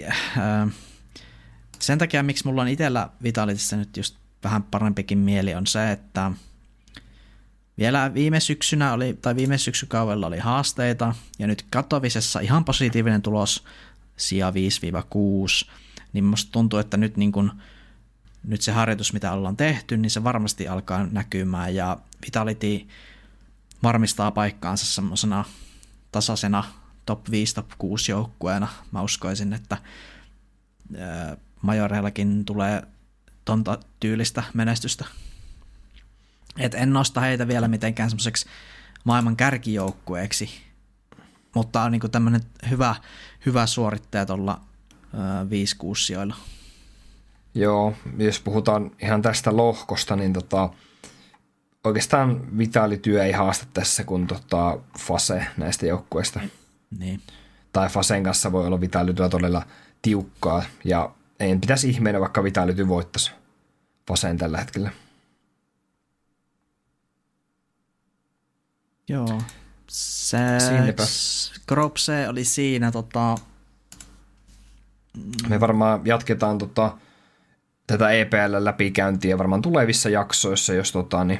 sen takia, miksi mulla on itsellä Vitalityssä nyt just vähän parempikin mieli, on se, että vielä viime syksykaudella oli haasteita, ja nyt Katowicessa ihan positiivinen tulos, sija 5-6, niin musta tuntuu, että nyt, niin kun, nyt se harjoitus, mitä ollaan tehty, niin se varmasti alkaa näkymään, ja Vitality varmistaa paikkaansa semmoisena tasaisena top 5, top 6 joukkueena. Mä uskoisin, että majoreillakin tulee tonta tyylistä menestystä. Et en nosta heitä vielä mitenkään semmoiseksi maailman kärkijoukkueeksi, mutta on niinku tämmöinen hyvä suorittaja tuolla 5-6 sijoilla. Joo, jos puhutaan ihan tästä lohkosta, niin oikeastaan Vitali-työ ei haasta tässä kuin Fase näistä joukkueista. Niin. Tai Fasen kanssa voi olla Vitali-työ todella tiukkaa, ja ei pitäisi ihmeenä, vaikka Vitali-työ voittaisi Fasen tällä hetkellä. Joo. Kropse oli siinä Me varmaan jatketaan tätä EPL-läpikäyntiä varmaan tulevissa jaksoissa, jos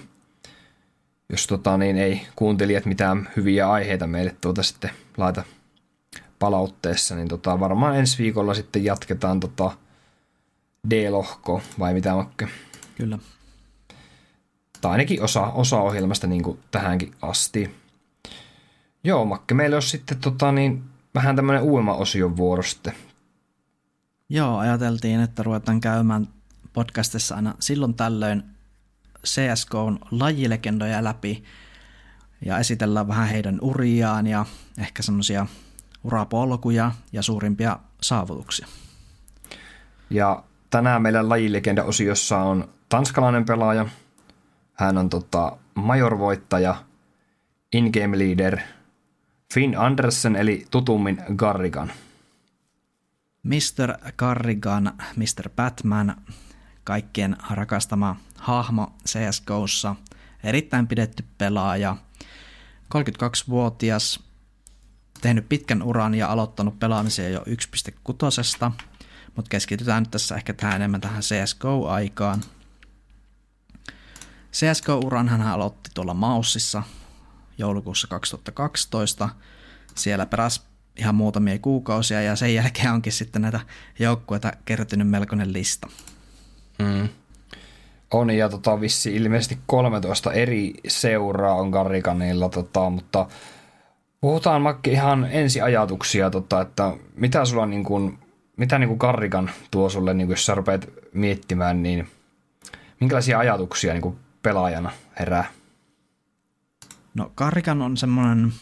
ei kuuntelijat mitään hyviä aiheita meille sitten laita palautteessa, niin varmaan ensi viikolla sitten jatketaan D-lohko, vai mitä, Makke? Kyllä. Tai ainakin osa ohjelmasta niin kuin tähänkin asti. Joo, Makke, meillä olisi sitten vähän tämmöinen uudemman osion vuoro sitten. Joo, ajateltiin, että ruvetaan käymään podcastissa aina silloin tällöin CSGOn lajilegendoja läpi ja esitellään vähän heidän uriaan ja ehkä semmoisia urapolkuja ja suurimpia saavutuksia. Ja tänään meidän lajilegenda-osiossa on tanskalainen pelaaja. Hän on major-voittaja, in-game leader, Finn Andersen eli tutummin Garrigan. Mr. Garrigan, Mr. Batman, kaikkien rakastama hahmo CSGOssa, erittäin pidetty pelaaja, 32-vuotias, tehnyt pitkän uran ja aloittanut pelaamisen jo 1.6, mutta keskitytään nyt tässä ehkä enemmän tähän CSGO-aikaan. CSGO-uran hän aloitti tuolla Maussissa joulukuussa 2012, siellä peräsi ihan muutamia kuukausia ja sen jälkeen onkin sitten näitä joukkueita kertynyt melkoinen lista. On ja vissi ilmeisesti 13 eri seuraa on Garriganilla, mutta puhutaan Makke ihan ensiajatuksia, että mitä sulla mitä Garrigan tuo sulle, jos sä rupeat miettimään, niin minkälaisia ajatuksia pelaajana herää? No Garrigan on semmoinen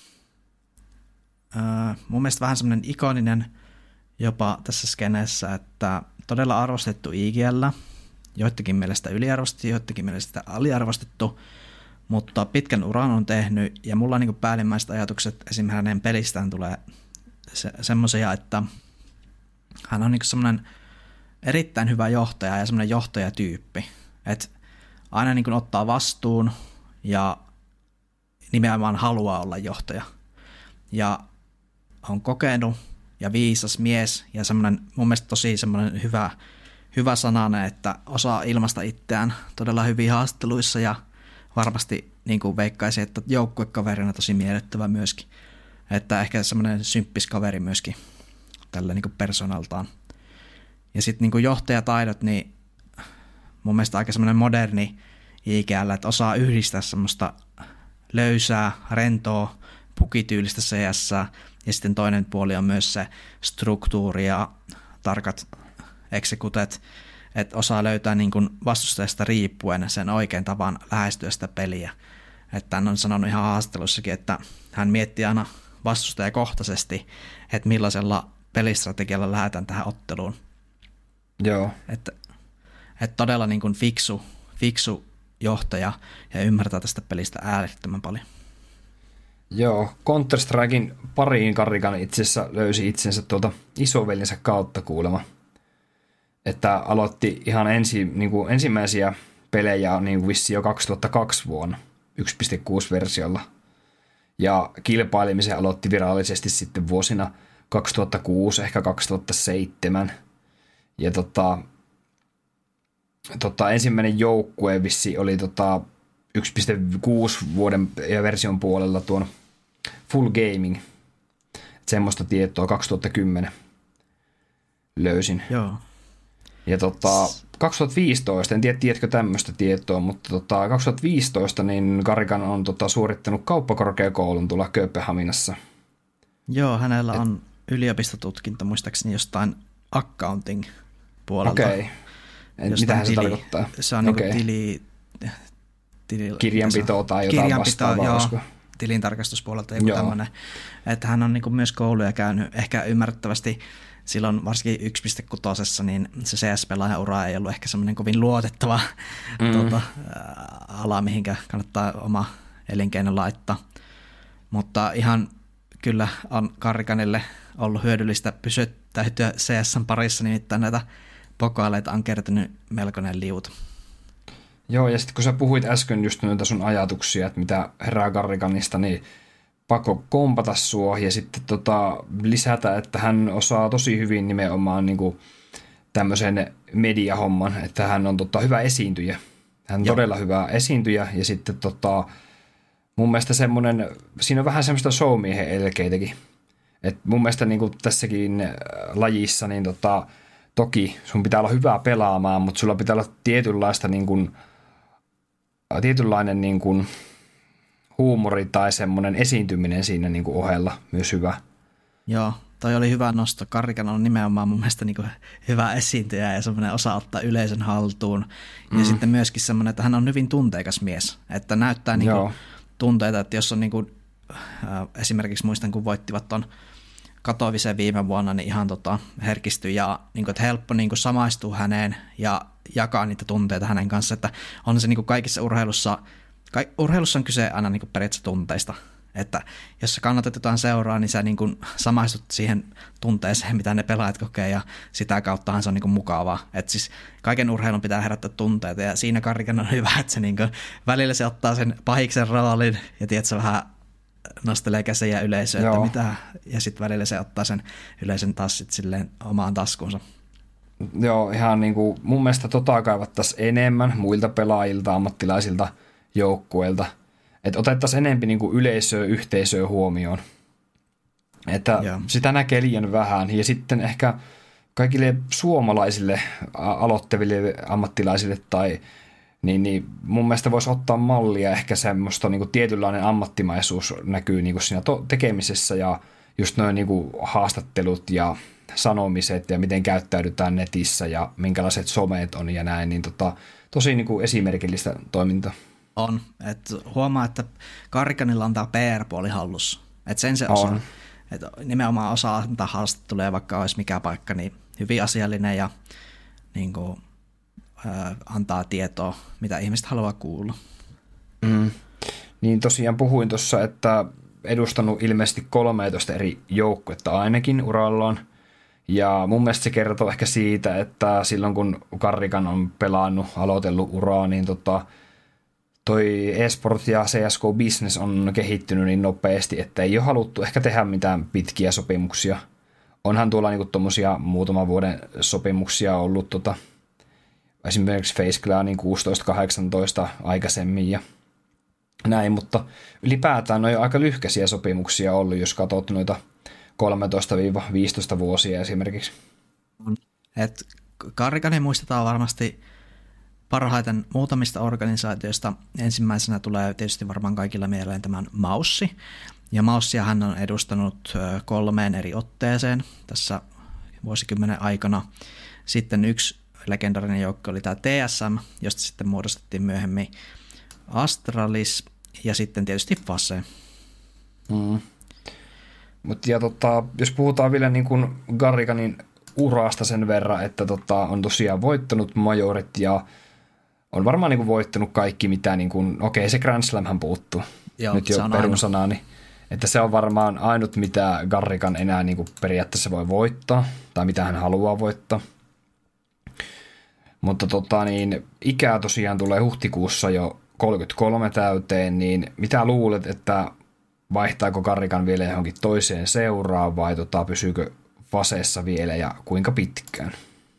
mun mielestä vähän semmoinen ikoninen jopa tässä skeneessä, että todella arvostettu IGL, joidenkin mielestä yliarvostettu, joidenkin mielestä aliarvostettu, mutta pitkän uran on tehnyt ja mulla on päällimmäiset ajatukset esimerkiksi hänen pelistään tulee semmoisia, että hän on semmoinen erittäin hyvä johtaja ja semmoinen johtajatyyppi, että aina ottaa vastuun ja nimenomaan haluaa olla johtaja. Ja on kokenut ja viisas mies ja semmoinen mun mielestä tosi semmoinen hyvä sananen, että osaa ilmaista itseään todella hyvin haastatteluissa ja varmasti veikkaisin, että joukkuekaverina tosi miellyttävä myöskin. Että ehkä semmoinen symppis kaveri myöskin tällä persoonaltaan. Ja sitten johtajataidot, niin mun mielestä aika semmoinen moderni IGL, että osaa yhdistää semmoista löysää, rentoa, pukityylistä CS, ja sitten toinen puoli on myös se struktuuri ja tarkat executet, että osaa löytää vastustajasta riippuen sen oikean tavan lähestyä sitä peliä. Että hän on sanonut ihan haastattelussakin, että hän miettii aina vastustajakohtaisesti, että millaisella pelistrategialla lähdetään tähän otteluun. Joo. Että todella fiksu johtaja ja ymmärtää tästä pelistä äärettömän paljon. Joo, Counter-Strikein pariin Garrigan itse asiassa löysi itsensä isoveljensä kautta kuulemma. Että aloitti ihan ensimmäisiä pelejä vissiin jo 2002 vuonna 1.6-versiolla. Ja kilpailemisen aloitti virallisesti sitten vuosina 2006, ehkä 2007. Ja ensimmäinen joukkue vissi oli 1.6 vuoden ja version puolella tuon Full Gaming. Et semmoista tietoa 2010 löysin. Joo. Ja 2015, en tiedä tiedätkö tämmöistä tietoa, mutta 2015 niin Garrigan on suorittanut kauppakorkeakoulun tuolla Kööpenhaminassa. Joo, hänellä on yliopistotutkinto muistaakseni jostain accounting puolelta. Okei. Mitähän se tarkoittaa? Se on okay. Kirjanpito tai jotain vastaavaa. Joo, tilintarkastuspuolelta joku tämmöinen. Että hän on niin myös kouluja käynyt ehkä ymmärrettävästi silloin varsinkin 1.6, niin se CS-pelaajan ura ei ollut ehkä semmoinen kovin luotettava ala, mihinkä kannattaa oma elinkeino laittaa. Mutta ihan kyllä on Karrikanille ollut hyödyllistä pysyttäytyä CS:n parissa, nimittäin näitä pokaaleita on kertynyt melkoinen liuta. Joo, ja sitten kun sä puhuit äsken just noita sun ajatuksia, että mitä herää Karrikanista, niin pakko kompata sua ja sitten lisätä, että hän osaa tosi hyvin nimenomaan niin kuin tämmöisen mediahomman, että hän on hyvä esiintyjä. Hän on todella hyvä esiintyjä ja sitten mun mielestä semmoinen, siinä on vähän semmoista showmiehen elkeitäkin. Et mun mielestä niin kuin tässäkin lajissa, niin toki sun pitää olla hyvää pelaamaan, mutta sulla pitää olla tietynlainen niin kuin huumori tai semmoinen esiintyminen siinä niin kuin ohella myös hyvä. Joo, toi oli hyvä nosto. Karrikan on nimenomaan mun mielestä niin kuin hyvä esiintyjä ja semmoinen osaa ottaa yleisön haltuun. Ja sitten myöskin semmoinen, että hän on hyvin tunteikas mies. Että näyttää niin kuin tunteita, että jos on niin kuin, esimerkiksi muistan, kun voittivat ton Katowicen viime vuonna, niin ihan herkistyi ja niin kuin, että helppo niin kuin samaistua häneen ja jakaa niitä tunteita hänen kanssa. Että on se niin kuin kaikissa urheilussa on kyse aina niin kuin periaatteessa tunteista. Että jos sä kannatat jotain seuraa, niin sä niin kuin samaistut siihen tunteeseen, mitä ne pelaajat kokee, ja sitä kauttahan se on niin kuin mukavaa. Että siis kaiken urheilun pitää herättää tunteita, ja siinä Karrikan on hyvä, että se niin kuin välillä se ottaa sen pahiksen roolin, ja tiedätkö, vähän nostelee käsiä yleisöön, että mitä, ja sitten välillä se ottaa sen yleisön taas sit silleen omaan taskuunsa. Joo, ihan niin kuin mun mielestä kaivattaisiin enemmän muilta pelaajilta, ammattilaisilta joukkueilta. Että otettaisiin enemmän niin kuin yleisöä, yhteisöä huomioon. Että sitä näkee liian vähän. Ja sitten ehkä kaikille suomalaisille aloittaville ammattilaisille tai niin mun mielestä voisi ottaa mallia ehkä semmoista niin kuin tietynlainen ammattimaisuus näkyy niin kuin siinä tekemisessä ja just noin niin kuin haastattelut ja sanomiset ja miten käyttäydytään netissä ja minkälaiset someet on ja näin, niin tosi niin kuin esimerkillistä toimintaa. On. Et huomaa, että Karrikanilla on tämä PR-puoli hallussa. Että sen se osaa. Et nimenomaan osaa antaa haastatteluja, vaikka olisi mikä paikka, niin hyvin asiallinen ja niin kuin, antaa tietoa, mitä ihmiset haluaa kuulla. Niin tosiaan puhuin tuossa, että edustanut ilmeisesti 13 eri joukkuetta ainakin urallaan. Ja mun mielestä se kertoo ehkä siitä, että silloin kun Karrikan on aloitellut uraa, niin toi eSport ja CSGO Business on kehittynyt niin nopeasti, että ei ole haluttu ehkä tehdä mitään pitkiä sopimuksia. Onhan tuolla niinku tommosia muutaman vuoden sopimuksia ollut esimerkiksi Face Clanin 16-18 aikaisemmin ja näin, mutta ylipäätään on jo aika lyhkäisiä sopimuksia ollut, jos katsot noita 13-15 vuosia esimerkiksi. Et Karrikanen muistetaan varmasti parhaiten muutamista organisaatioista. Ensimmäisenä tulee tietysti varmaan kaikilla mieleen tämän Maussi. Ja Maussia hän on edustanut 3 eri otteeseen tässä vuosikymmenen aikana. Sitten yksi legendarinen joukko oli tämä TSM, josta sitten muodostettiin myöhemmin Astralis ja sitten tietysti Fase. Mutta jos puhutaan vielä niin kuin Karrikanin urasta sen verran, että on tosiaan voittanut majorit ja on varmaan niin kuin voittanut kaikki, mitä niin kuin, okei, se Grand Slamhän puuttuu. Joo, nyt jo perunsanaa, niin, että se on varmaan ainut, mitä Karrikan enää niin kuin periaatteessa voi voittaa, tai mitä hän haluaa voittaa. Mutta niin, ikää tosiaan tulee huhtikuussa jo 33 täyteen, niin mitä luulet, että vaihtaako Karrikan vielä johonkin toiseen seuraan, vai pysyykö Faseessa vielä, ja kuinka pitkään?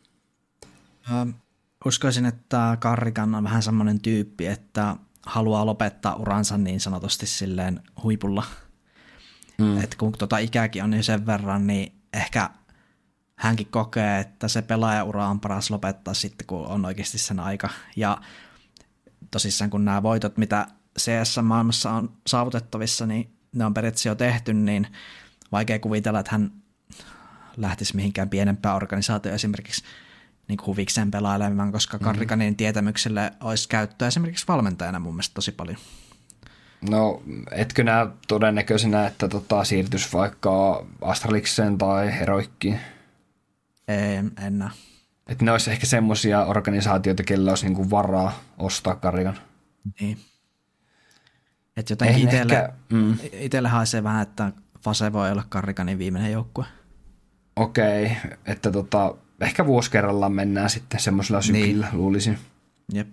Uskoisin, että Karrikan on vähän semmoinen tyyppi, että haluaa lopettaa uransa niin sanotusti silleen huipulla. Että kun ikääkin on jo sen verran, niin ehkä hänkin kokee, että se pelaajaura on paras lopettaa sitten, kun on oikeasti sen aika. Ja tosissaan kun nämä voitot, mitä CS-maailmassa on saavutettavissa, niin ne on periaatteessa jo tehty, niin vaikea kuvitella, että hän lähtisi mihinkään pienempään organisaatioon esimerkiksi niin huvikseen pelailemaan, koska Garriganin tietämykselle olisi käyttöä esimerkiksi valmentajana mun mielestä tosi paljon. No, etkö näe todennäköisenä, että siirtyisi vaikka Astralikseen tai Heroikkiin? En näe. Että ne olisi ehkä semmoisia organisaatioita, kellä olisi niinku varaa ostaa Garrigan. Niin. Että jotenkin itselle haisee vähän, että Fase voi olla Garriganin viimeinen joukkue. Okei, että ehkä vuosi kerrallaan mennään sitten semmoisella syklillä, luulisin. Jep.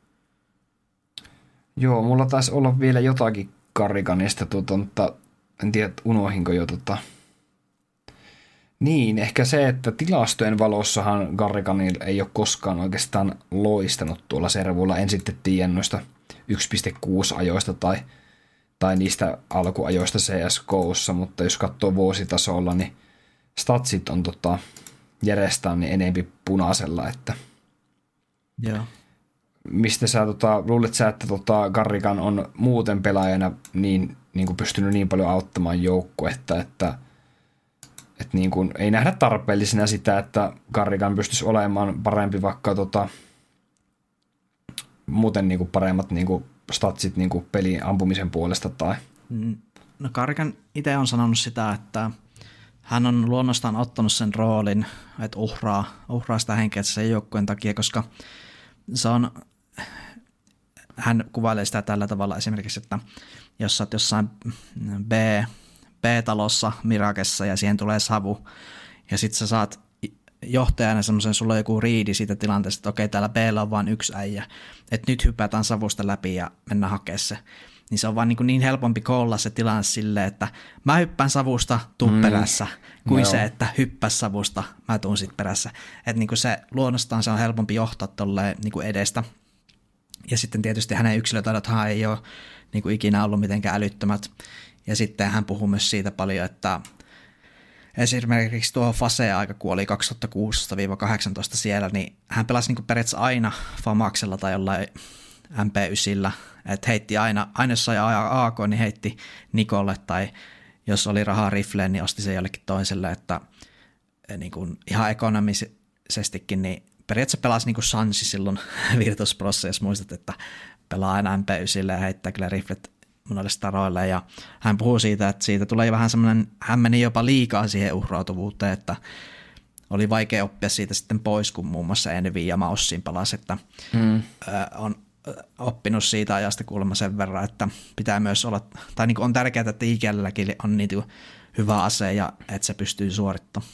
Joo, mulla taisi olla vielä jotakin Garriganista, mutta en tiedä, unohinko jo Niin, ehkä se, että tilastojen valossahan Garriganil ei ole koskaan oikeastaan loistanut tuolla servulla. En sitten tiedä noista 1.6 ajoista tai niistä alkuajoista CSGOssa, mutta jos katsoo vuositasolla, niin statsit on järjestään niin enempi punaisella, että joo. Mistä sä luulet sä, että Garrigan on muuten pelaajana niin kuin pystynyt niin paljon auttamaan joukkuetta, että niin kuin ei nähdä tarpeellisena sitä, että Garrigan pystyisi olemaan parempi vaikka muuten niin kuin paremmat niin kuin statsit niin kuin pelin ampumisen puolesta tai. No Garrigan itse on sanonut sitä, että hän on luonnostaan ottanut sen roolin, että uhraa sitä henkeä sen joukkueen takia, koska se on, hän kuvailee sitä tällä tavalla esimerkiksi, että jos sä oot jossain B-talossa Mirakessa ja siihen tulee savu ja sit sä saat johtajana semmoisen, sulla on joku riidi siitä tilanteesta, että okei, täällä B:llä on vain yksi äijä, että nyt hypätään savusta läpi ja mennään hakemaan se. Niin se on vaan niin helpompi koolla se tilanne silleen, että mä hyppään savusta, tuu perässä, kuin se, että hyppäs savusta, mä tuun sit perässä. Että niin se luonnostaan se on helpompi johtaa tolleen niin edestä. Ja sitten tietysti hänen yksilötaidothan ei ole niin ikinä ollut mitenkään älyttömät. Ja sitten hän puhuu myös siitä paljon, että esimerkiksi tuo Fase-aika, kun oli 2016-2018 siellä, niin hän pelasi niin periaatteessa aina Famaxella tai jollain MP9, että heitti aina jos sai AK, niin heitti Nikolle, tai jos oli rahaa rifleen, niin osti se jollekin toiselle, että niin kuin ihan ekonomisestikin, niin periaatteessa pelasi niin kuin Sansi silloin Virtus Prossa, jos muistat, että pelaa aina MP9 ja heittää kyllä riflet monelle staroille, ja hän puhuu siitä, että siitä tulee vähän semmoinen, hän meni jopa liikaa siihen uhrautuvuuteen, että oli vaikea oppia siitä sitten pois, kun muun muassa Envy ja Maussin palasi, että on oppinut siitä ajasta kuulemma sen verran, että pitää myös olla, tai niin on tärkeää, että IGL:lläkin on niitä hyvä ase ja että se pystyy suorittamaan.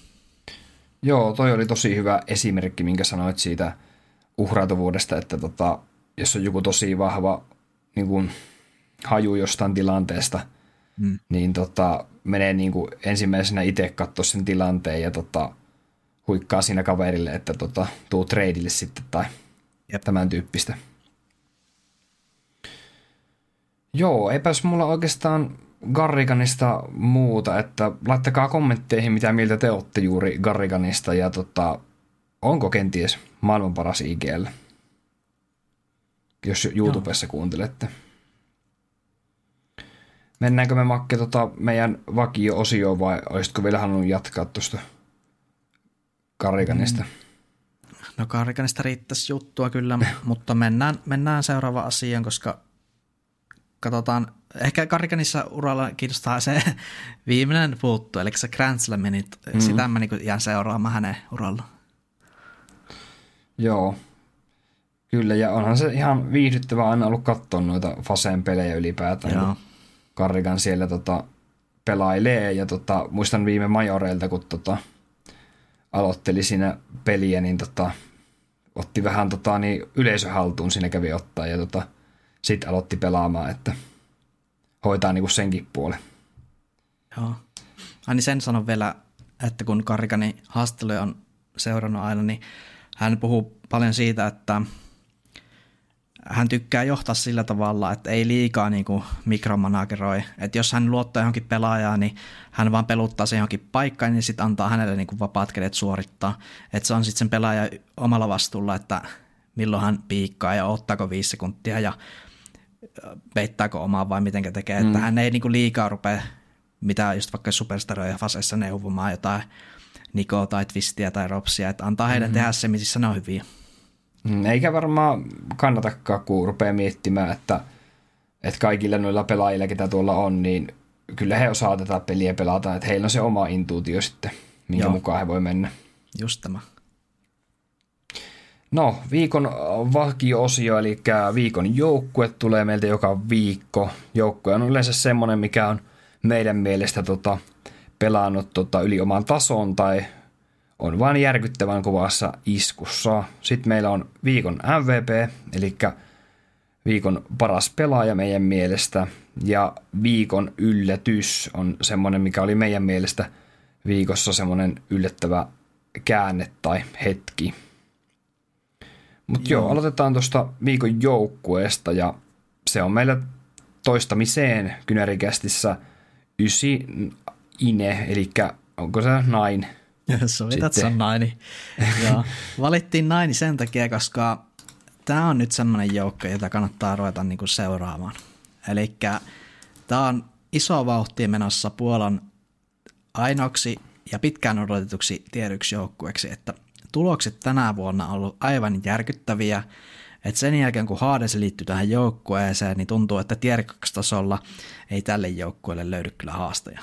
Joo, toi oli tosi hyvä esimerkki, minkä sanoit siitä uhrautuvuudesta, että jos on joku tosi vahva niin kuin haju jostain tilanteesta, niin menee niin kuin ensimmäisenä itse katsoa sen tilanteen ja huikkaa siinä kaverille, että tuu tradeille sitten tai tämän tyyppistä. Joo, eipäs mulla oikeastaan Garriganista muuta, että laittakaa kommentteihin, mitä mieltä te olette juuri Garriganista ja onko kenties maailman paras IGL, jos YouTubessa kuuntelette. Mennäänkö me Makke meidän vakio-osioon vai olisitko vielä halunnut jatkaa tuosta Garriganista? No Garriganista riittäisi juttua kyllä, mutta mennään seuraavaan asiaan, koska katsotaan, ehkä Garriganissa uralla kiinnostaa se viimeinen puuttu, eli se Grand Slam, niin sitä mä niin jään seuraamaan hänen uralla. Joo, kyllä, ja onhan se ihan viihdyttävää aina ollut katsoa noita Faseen pelejä ylipäätään, kun Garrigan siellä pelailee, ja muistan viime majoreilta, kun aloitteli siinä peliä, niin otti vähän niin yleisöhaltuun siinä kävi ottaa, ja sitten aloitti pelaamaan, että hoitaa niinku senkin puolen. Joo. Niin sen sanon vielä, että kun Garriganin haastatteluja on seurannut aina, niin hän puhuu paljon siitä, että hän tykkää johtaa sillä tavalla, että ei liikaa niinku mikromanageroi. Että jos hän luottaa johonkin pelaajaan, niin hän vaan peluttaa sen johonkin paikkaan, niin sitten antaa hänelle niinku vapaat kädet suorittaa. Että se on sitten sen pelaaja omalla vastuulla, että milloin hän piikkaa ja ottaako 5 sekuntia ja peittääkö omaa vai mitenkä tekee. Että hän ei niinku liikaa rupea mitään just vaikka superstaroja faseissa neuvomaan jotain Niko tai Twistiä tai Ropsia, että antaa heidän tehdä se, missä ne on hyviä. Eikä varmaan kannatakaan, kun rupeaa miettimään, että kaikilla noilla pelaajilla, ketä tuolla on, niin kyllä he osaa tätä peliä pelata, että heillä on se oma intuitio sitten, minkä mukaan he voi mennä. Just tämä. No, viikon vakio-osio, eli viikon joukkue tulee meiltä joka viikko. Joukkue on yleensä semmoinen, mikä on meidän mielestä pelannut yli oman tason tai on vain järkyttävän kovassa iskussa. Sitten meillä on viikon MVP, eli viikon paras pelaaja meidän mielestä. Ja viikon yllätys on semmoinen, mikä oli meidän mielestä viikossa semmoinen yllättävä käänne tai hetki. Mutta aloitetaan tuosta viikon joukkueesta ja se on meillä toistamiseen Kynärikästissä 9 ine, eli onko se 9? Sovitat, että se on 9. Joo. Valittiin 9 sen takia, koska tämä on nyt semmoinen joukko, jota kannattaa ruveta niinku seuraamaan. Eli tämä on iso vauhti menossa Puolan ainoaksi ja pitkään odotetuksi tier 1 joukkueeksi, että tulokset tänä vuonna on ollut aivan järkyttäviä, että sen jälkeen kun Hades liittyy tähän joukkueeseen, niin tuntuu, että tier 2 tasolla ei tälle joukkueelle löydy kyllä haastaja.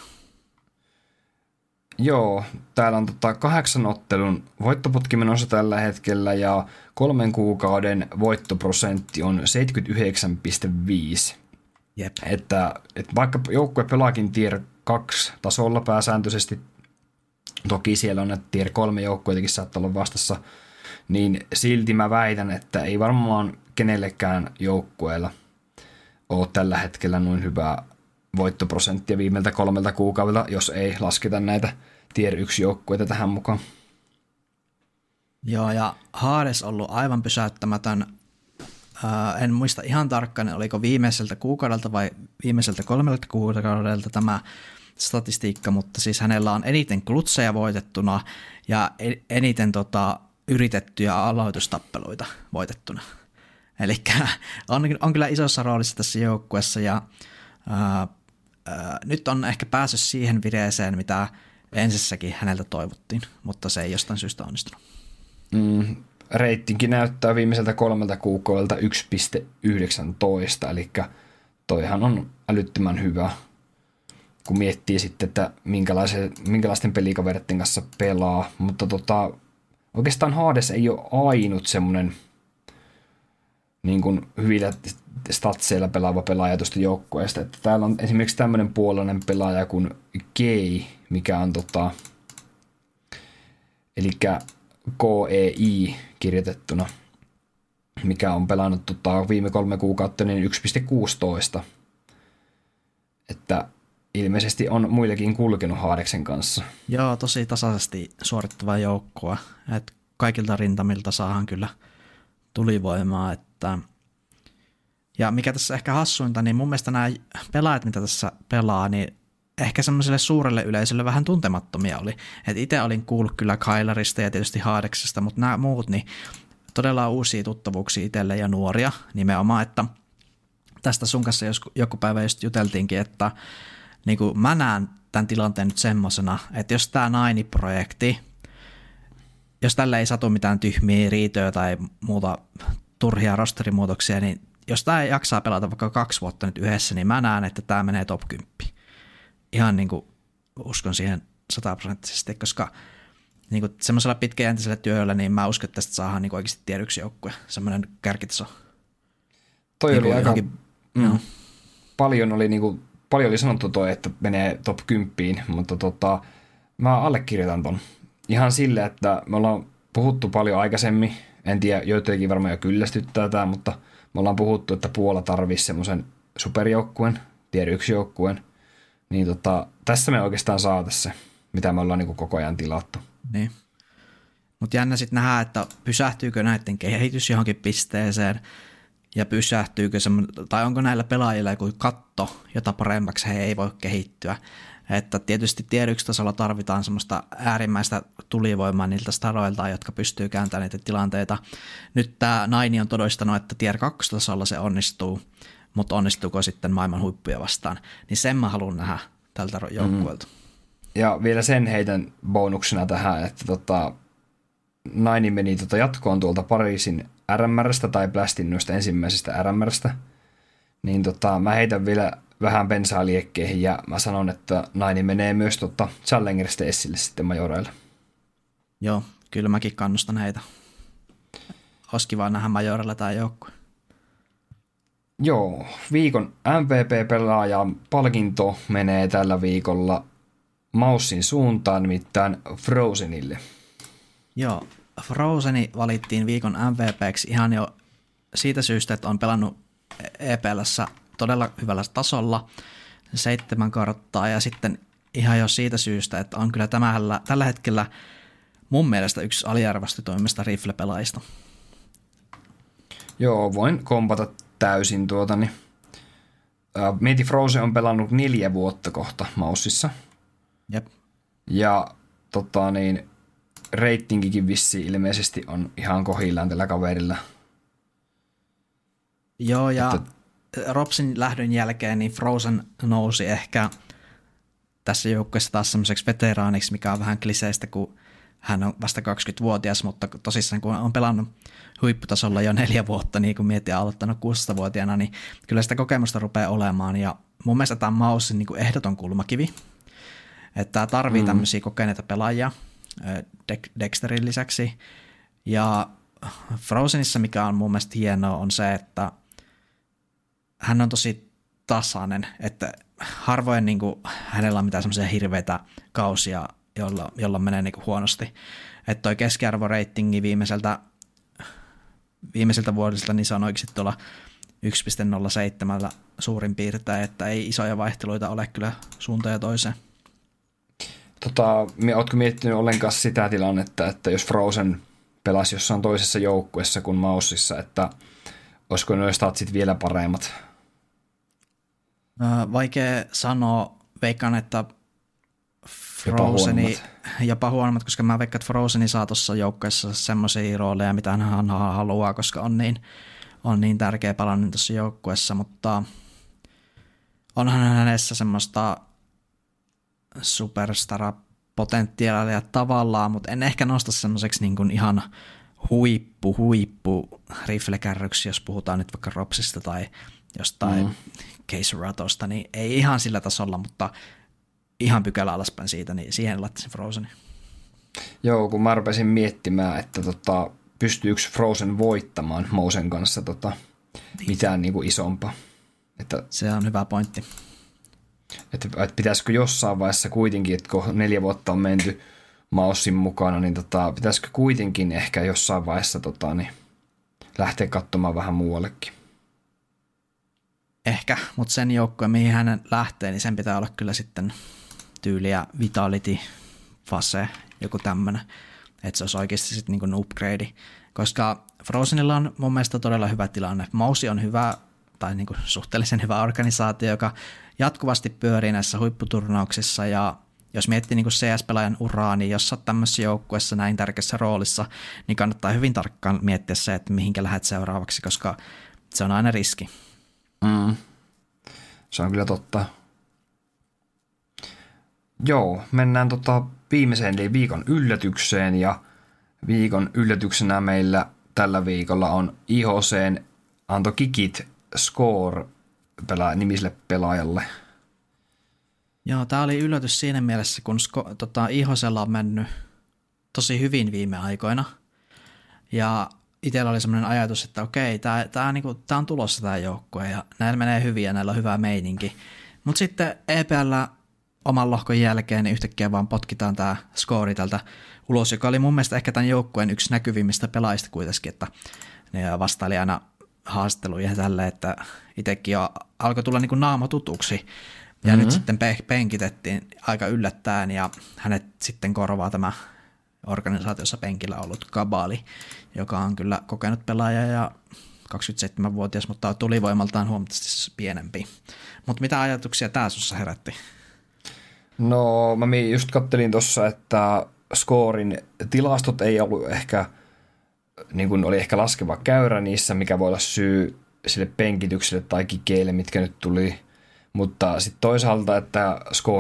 Joo, täällä on 8 ottelun voittoputki menossa tällä hetkellä ja 3 kuukauden voittoprosentti on 79,5. Jep. Että vaikka joukkue pelaakin tier 2 tasolla pääsääntöisesti, toki siellä on näitä tier 3 joukkueitakin saattaa olla vastassa, niin silti mä väitän, että ei varmaan kenellekään joukkueella ole tällä hetkellä noin hyvää voittoprosenttia viimeiltä 3 kuukaudelta, jos ei lasketa näitä tier 1 joukkueita tähän mukaan. Joo, ja Hades on ollut aivan pysäyttämätön. En muista ihan tarkkaan, oliko viimeiseltä kuukaudelta vai viimeiseltä 3 kuukaudelta tämä statistiikka, mutta siis hänellä on eniten klutseja voitettuna ja eniten yritettyjä aloitustappeluita voitettuna. Eli on kyllä isossa roolissa tässä joukkueessa ja nyt on ehkä päässyt siihen vireeseen, mitä ensissäkin häneltä toivottiin, mutta se ei jostain syystä onnistunut. Reitinkin näyttää viimeiseltä 3 kuukaudelta 1,19, eli toihan on älyttömän hyvä, kun miettii sitten, että minkälaisten pelikaveritten kanssa pelaa, mutta oikeastaan Hades ei ole ainut semmoinen niin kuin hyvillä statseilla pelaava pelaaja tuosta joukkueesta. Että täällä on esimerkiksi tämmöinen puolalainen pelaaja kuin Kei, mikä on eli KEI kirjoitettuna, mikä on pelannut viime 3 kuukautta niin 1,16. Että ilmeisesti on muillekin kulkenut Hadeksen kanssa. Joo, tosi tasaisesti suorittava joukkoa. Et kaikilta rintamilta saadaan kyllä tulivoimaa. Ja mikä tässä ehkä hassuinta, niin mun mielestä nämä pelaajat, mitä tässä pelaa, niin ehkä semmoiselle suurelle yleisölle vähän tuntemattomia oli. Et itse olin kuullut kyllä Kailarista ja tietysti Hadeksesta, mutta nämä muut, niin todella uusia tuttavuuksia itselle ja nuoria nimenomaan, että tästä sun kanssa joku päivä just juteltiinkin, että niin kuin mä näen tämän tilanteen nyt semmosena, että jos tämä Naini-projekti, jos tällä ei satu mitään tyhmiä riitöjä tai muuta turhia rosterimuutoksia, niin jos tämä jaksaa pelata vaikka 2 vuotta nyt yhdessä, niin mä näen, että tämä menee top 10. Ihan niin kuin uskon siihen 100%, koska niin kuin semmoisella pitkäjänteisellä työllä, niin mä uskon, että tästä saadaan niin kuin oikeasti tier 1 joukkue, semmoinen kärkitaso. Toi niin oli aika paljon oli sanottu että menee top 10, mutta mä allekirjoitan ton. Ihan sille, että me ollaan puhuttu paljon aikaisemmin, en tiedä, joitakin varmaan jo kyllästyttää tämä, mutta me ollaan puhuttu, että Puola tarvitsisi semmoisen superjoukkueen, tier 1 joukkueen, niin tässä me oikeastaan saataisiin se, mitä me ollaan niin koko ajan tilattu. Niin. Mutta jännä sitten nähdä, että pysähtyykö näiden kehitys johonkin pisteeseen, ja pysähtyykö tai onko näillä pelaajilla joku katto, jota paremmaksi he ei voi kehittyä. Että tietysti tier 1 tasolla tarvitaan semmoista äärimmäistä tulivoimaa niiltä staroilta, jotka pystyy kääntämään niitä tilanteita. Nyt tämä Naini on todistanut, että tier 2 tasolla se onnistuu, mutta onnistuuko sitten maailman huippuja vastaan, niin sen mä haluan nähdä tältä joukkueelta. Ja vielä sen heitän bonuksena tähän, että Naini meni jatkoon tuolta Pariisin RMRstä tai Blastin noista ensimmäisestä RMRstä. Niin mä heitän vielä vähän bensaa liekkeihin ja mä sanon, että Naini menee myös Challenger Stacelle sitten majoreille. Joo, kyllä mäkin kannustan heitä. Olisi kiva nähdä majoreilla tämä joukkue. Joo, viikon MVP-pelaajan palkinto menee tällä viikolla Maussin suuntaan, nimittäin Frozenille. Joo, Frozeni valittiin viikon MVP:ksi ihan jo siitä syystä, että on pelannut EPL:ssä todella hyvällä tasolla 7 karttaa ja sitten ihan jo siitä syystä, että on kyllä tällä hetkellä mun mielestä yksi aliarvostetuimmista rifle-pelaajista. Joo, voin kompata täysin Mieti, Frozen on pelannut 4 vuotta kohta Maussissa. Jep. Ja ratingikin vissiin ilmeisesti on ihan kohillaan tällä kaverilla. Joo, ja Robsin lähdön jälkeen niin Frozen nousi ehkä tässä joukkueessa taas semmoiseksi veteraaniksi, mikä on vähän kliseistä, kun hän on vasta 20-vuotias, mutta tosissaan kun on pelannut huipputasolla jo 4 vuotta, niin kun miettii aloittanut 16-vuotiaana, niin kyllä sitä kokemusta rupeaa olemaan. Ja mun mielestä tämä on Mausin niin kuin ehdoton kulmakivi, että tämä tarvii tämmöisiä kokeneita pelaajia Dexterin lisäksi. Ja Frozenissa, mikä on mun mielestä hienoa, on se, että hän on tosi tasainen, että harvoin niin kuin, hänellä on mitään semmoisia hirveitä kausia, jolla menee niin kuin huonosti. Että toi keskiarvoreitingi viimeiseltä vuodelta, niin se on oikeasti tuolla 1,07 suurin piirtein, että ei isoja vaihteluita ole kyllä suuntaan ja toiseen. Ootko miettinyt ollenkaan sitä tilannetta, että jos Frozen pelasi jossain toisessa joukkuessa kuin Maussissa, että olisiko nuo statsit vielä paremmat? Vaikea sanoa. Veikkaan, että Frozeni jopa huonommat, koska mä veikkaan, että Frozeni saa tuossa joukkueessa semmoisia rooleja, mitä hän haluaa, koska on niin tärkeä palanen tuossa joukkueessa, mutta onhan hänessä semmoista superstar-potentiaalia tavallaan, mutta en ehkä nosta semmoiseksi niin kuin ihan huippu riflekärryksi, jos puhutaan nyt vaikka Robsista tai jostain Case Ratosta, niin ei ihan sillä tasolla, mutta ihan pykälä alaspäin siitä, niin siihen laittaisin Frozenin. Joo, kun mä rupesin miettimään, että pystyykö Frozen voittamaan Mousen kanssa mitään niin kuin isompaa. Että, se on hyvä pointti. Että pitäisikö jossain vaiheessa kuitenkin, että kun 4 vuotta on menty Maussin mukana, niin pitäisikö kuitenkin ehkä jossain vaiheessa niin lähteä katsomaan vähän muuallekin. Ehkä, mutta sen joukkojen, mihin hän lähtee, niin sen pitää olla kyllä sitten tyyliä Vitality, Fase, joku tämmöinen, että se olisi oikeasti sitten niin kuin upgrade, koska Frozenilla on mun mielestä todella hyvä tilanne. Mausi on hyvä, tai niin kuin suhteellisen hyvä organisaatio, joka jatkuvasti pyörii näissä huipputurnauksissa, ja jos miettii niin kuin CS-pelaajan uraa, niin jos olet tämmöisessä joukkueessa näin tärkeässä roolissa, niin kannattaa hyvin tarkkaan miettiä se, että mihinkä lähdet seuraavaksi, koska se on aina riski. Se on kyllä totta. Joo, mennään viimeiseen eli viikon yllätykseen, ja viikon yllätyksenä meillä tällä viikolla on IHC:n antoi kikit Score nimiselle pelaajalle. Joo, tämä oli yllätys siinä mielessä, kun IHC:lla on mennyt tosi hyvin viime aikoina, ja itsellä oli semmoinen ajatus, että okei, tämä on tulossa tämä joukkue ja näillä menee hyvin ja näillä on hyvä meininki. Mutta sitten EPL oman lohkon jälkeen niin yhtäkkiä vaan potkitaan tämä Score tältä ulos, joka oli mun mielestä ehkä tämän joukkueen yksi näkyvimmistä pelaajista kuitenkin, että ne vastaili aina haastatteluja ja tälleen, että itsekin jo alkoi tulla niin kuin naama tutuksi. Ja nyt sitten penkitettiin aika yllättäen ja hänet sitten korvaa tämä organisaatiossa penkillä ollut Kabali, joka on kyllä kokenut pelaaja ja 27-vuotias, mutta tulivoimaltaan huomattavasti pienempi. Mutta mitä ajatuksia tämä sinussa herätti? No mä just kattelin tuossa, että Scoren tilastot ei ollut ehkä, niin kuin oli ehkä laskeva käyrä niissä, mikä voi olla syy sille penkitykselle tai kikeille, mitkä nyt tuli. Mutta sitten toisaalta, että Score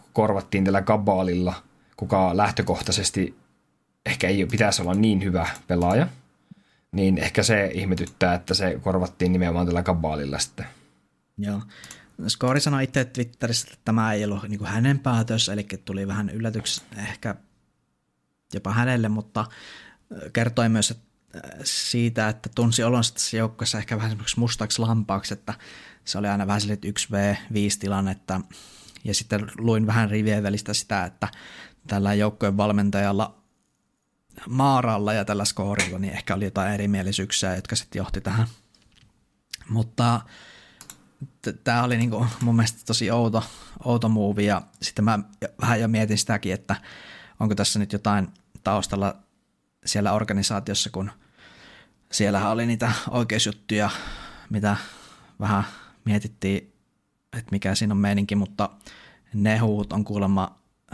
korvattiin tällä Kabalilla, kuka lähtökohtaisesti ehkä ei pitäisi olla niin hyvä pelaaja, niin ehkä se ihmetyttää, että se korvattiin nimenomaan tällä Kabalilla sitten. Joo. Skoori sanoi itse Twitterissä, että tämä ei ollut niin kuin hänen päätös, eli tuli vähän yllätyksi ehkä jopa hänelle, mutta kertoi myös siitä, että tunsi olonsa tässä joukkueessa ehkä vähän semmoiksi mustaksi lampaaksi, että se oli aina vähän sellainen 1v5-tilannetta, ja sitten luin vähän rivien välistä sitä, että tällä joukkueen valmentajalla Maaralla ja tällä Skoorilla niin ehkä oli jotain erimielisyyksiä, jotka sitten johti tähän, mutta tämä oli niinku mun mielestä tosi outo move, ja sitten mä vähän jo mietin sitäkin, että onko tässä nyt jotain taustalla siellä organisaatiossa, kun siellähän oli niitä oikeusjuttuja, mitä vähän mietittiin, että mikä siinä on meininki, mutta ne huut on kuulemma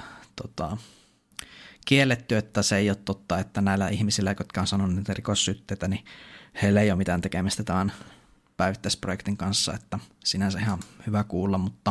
kielletty, että se ei ole totta, että näillä ihmisillä, jotka on sanonut niitä rikossyytteitä, niin heillä ei ole mitään tekemistä tämän päivittäisprojektin kanssa, että sinänsä ihan hyvä kuulla, mutta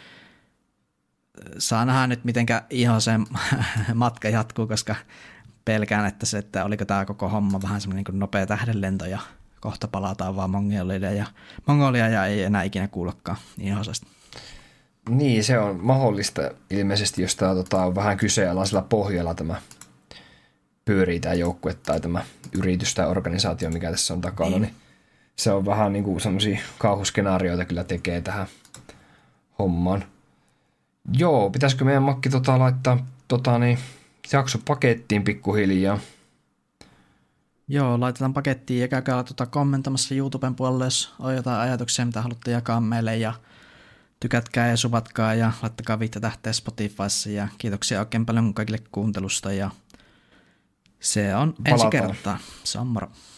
saa nähdä nyt, mitenkä IHC:n matka jatkuu, koska pelkään, että oliko tämä koko homma vähän semmoinen niin nopea tähdenlento ja kohta palataan vaan Mongolia ja ei enää ikinä kuullakaan IHC:sta. Niin, se on mahdollista ilmeisesti, jos tämä on vähän kyseenalaisella pohjalla tämä pyörii tämä joukkue tai tämä yritys tai organisaatio, mikä tässä on takana, niin se on vähän niin kuin semmoisia kauhuskenaarioita kyllä tekee tähän hommaan. Joo, pitäisikö meidän Makki laittaa jakso pakettiin pikkuhiljaa? Joo, laitetaan pakettiin ja käykää kommentoimassa YouTuben puolelle, jos on jotain ajatuksia, mitä haluatte jakaa meille, ja tykätkää ja suvatkaa ja laittakaa 5 tähteä Spotifyssa, ja kiitoksia oikein paljon kaikille kuuntelusta, ja se on ensi kertaa. Se on moro.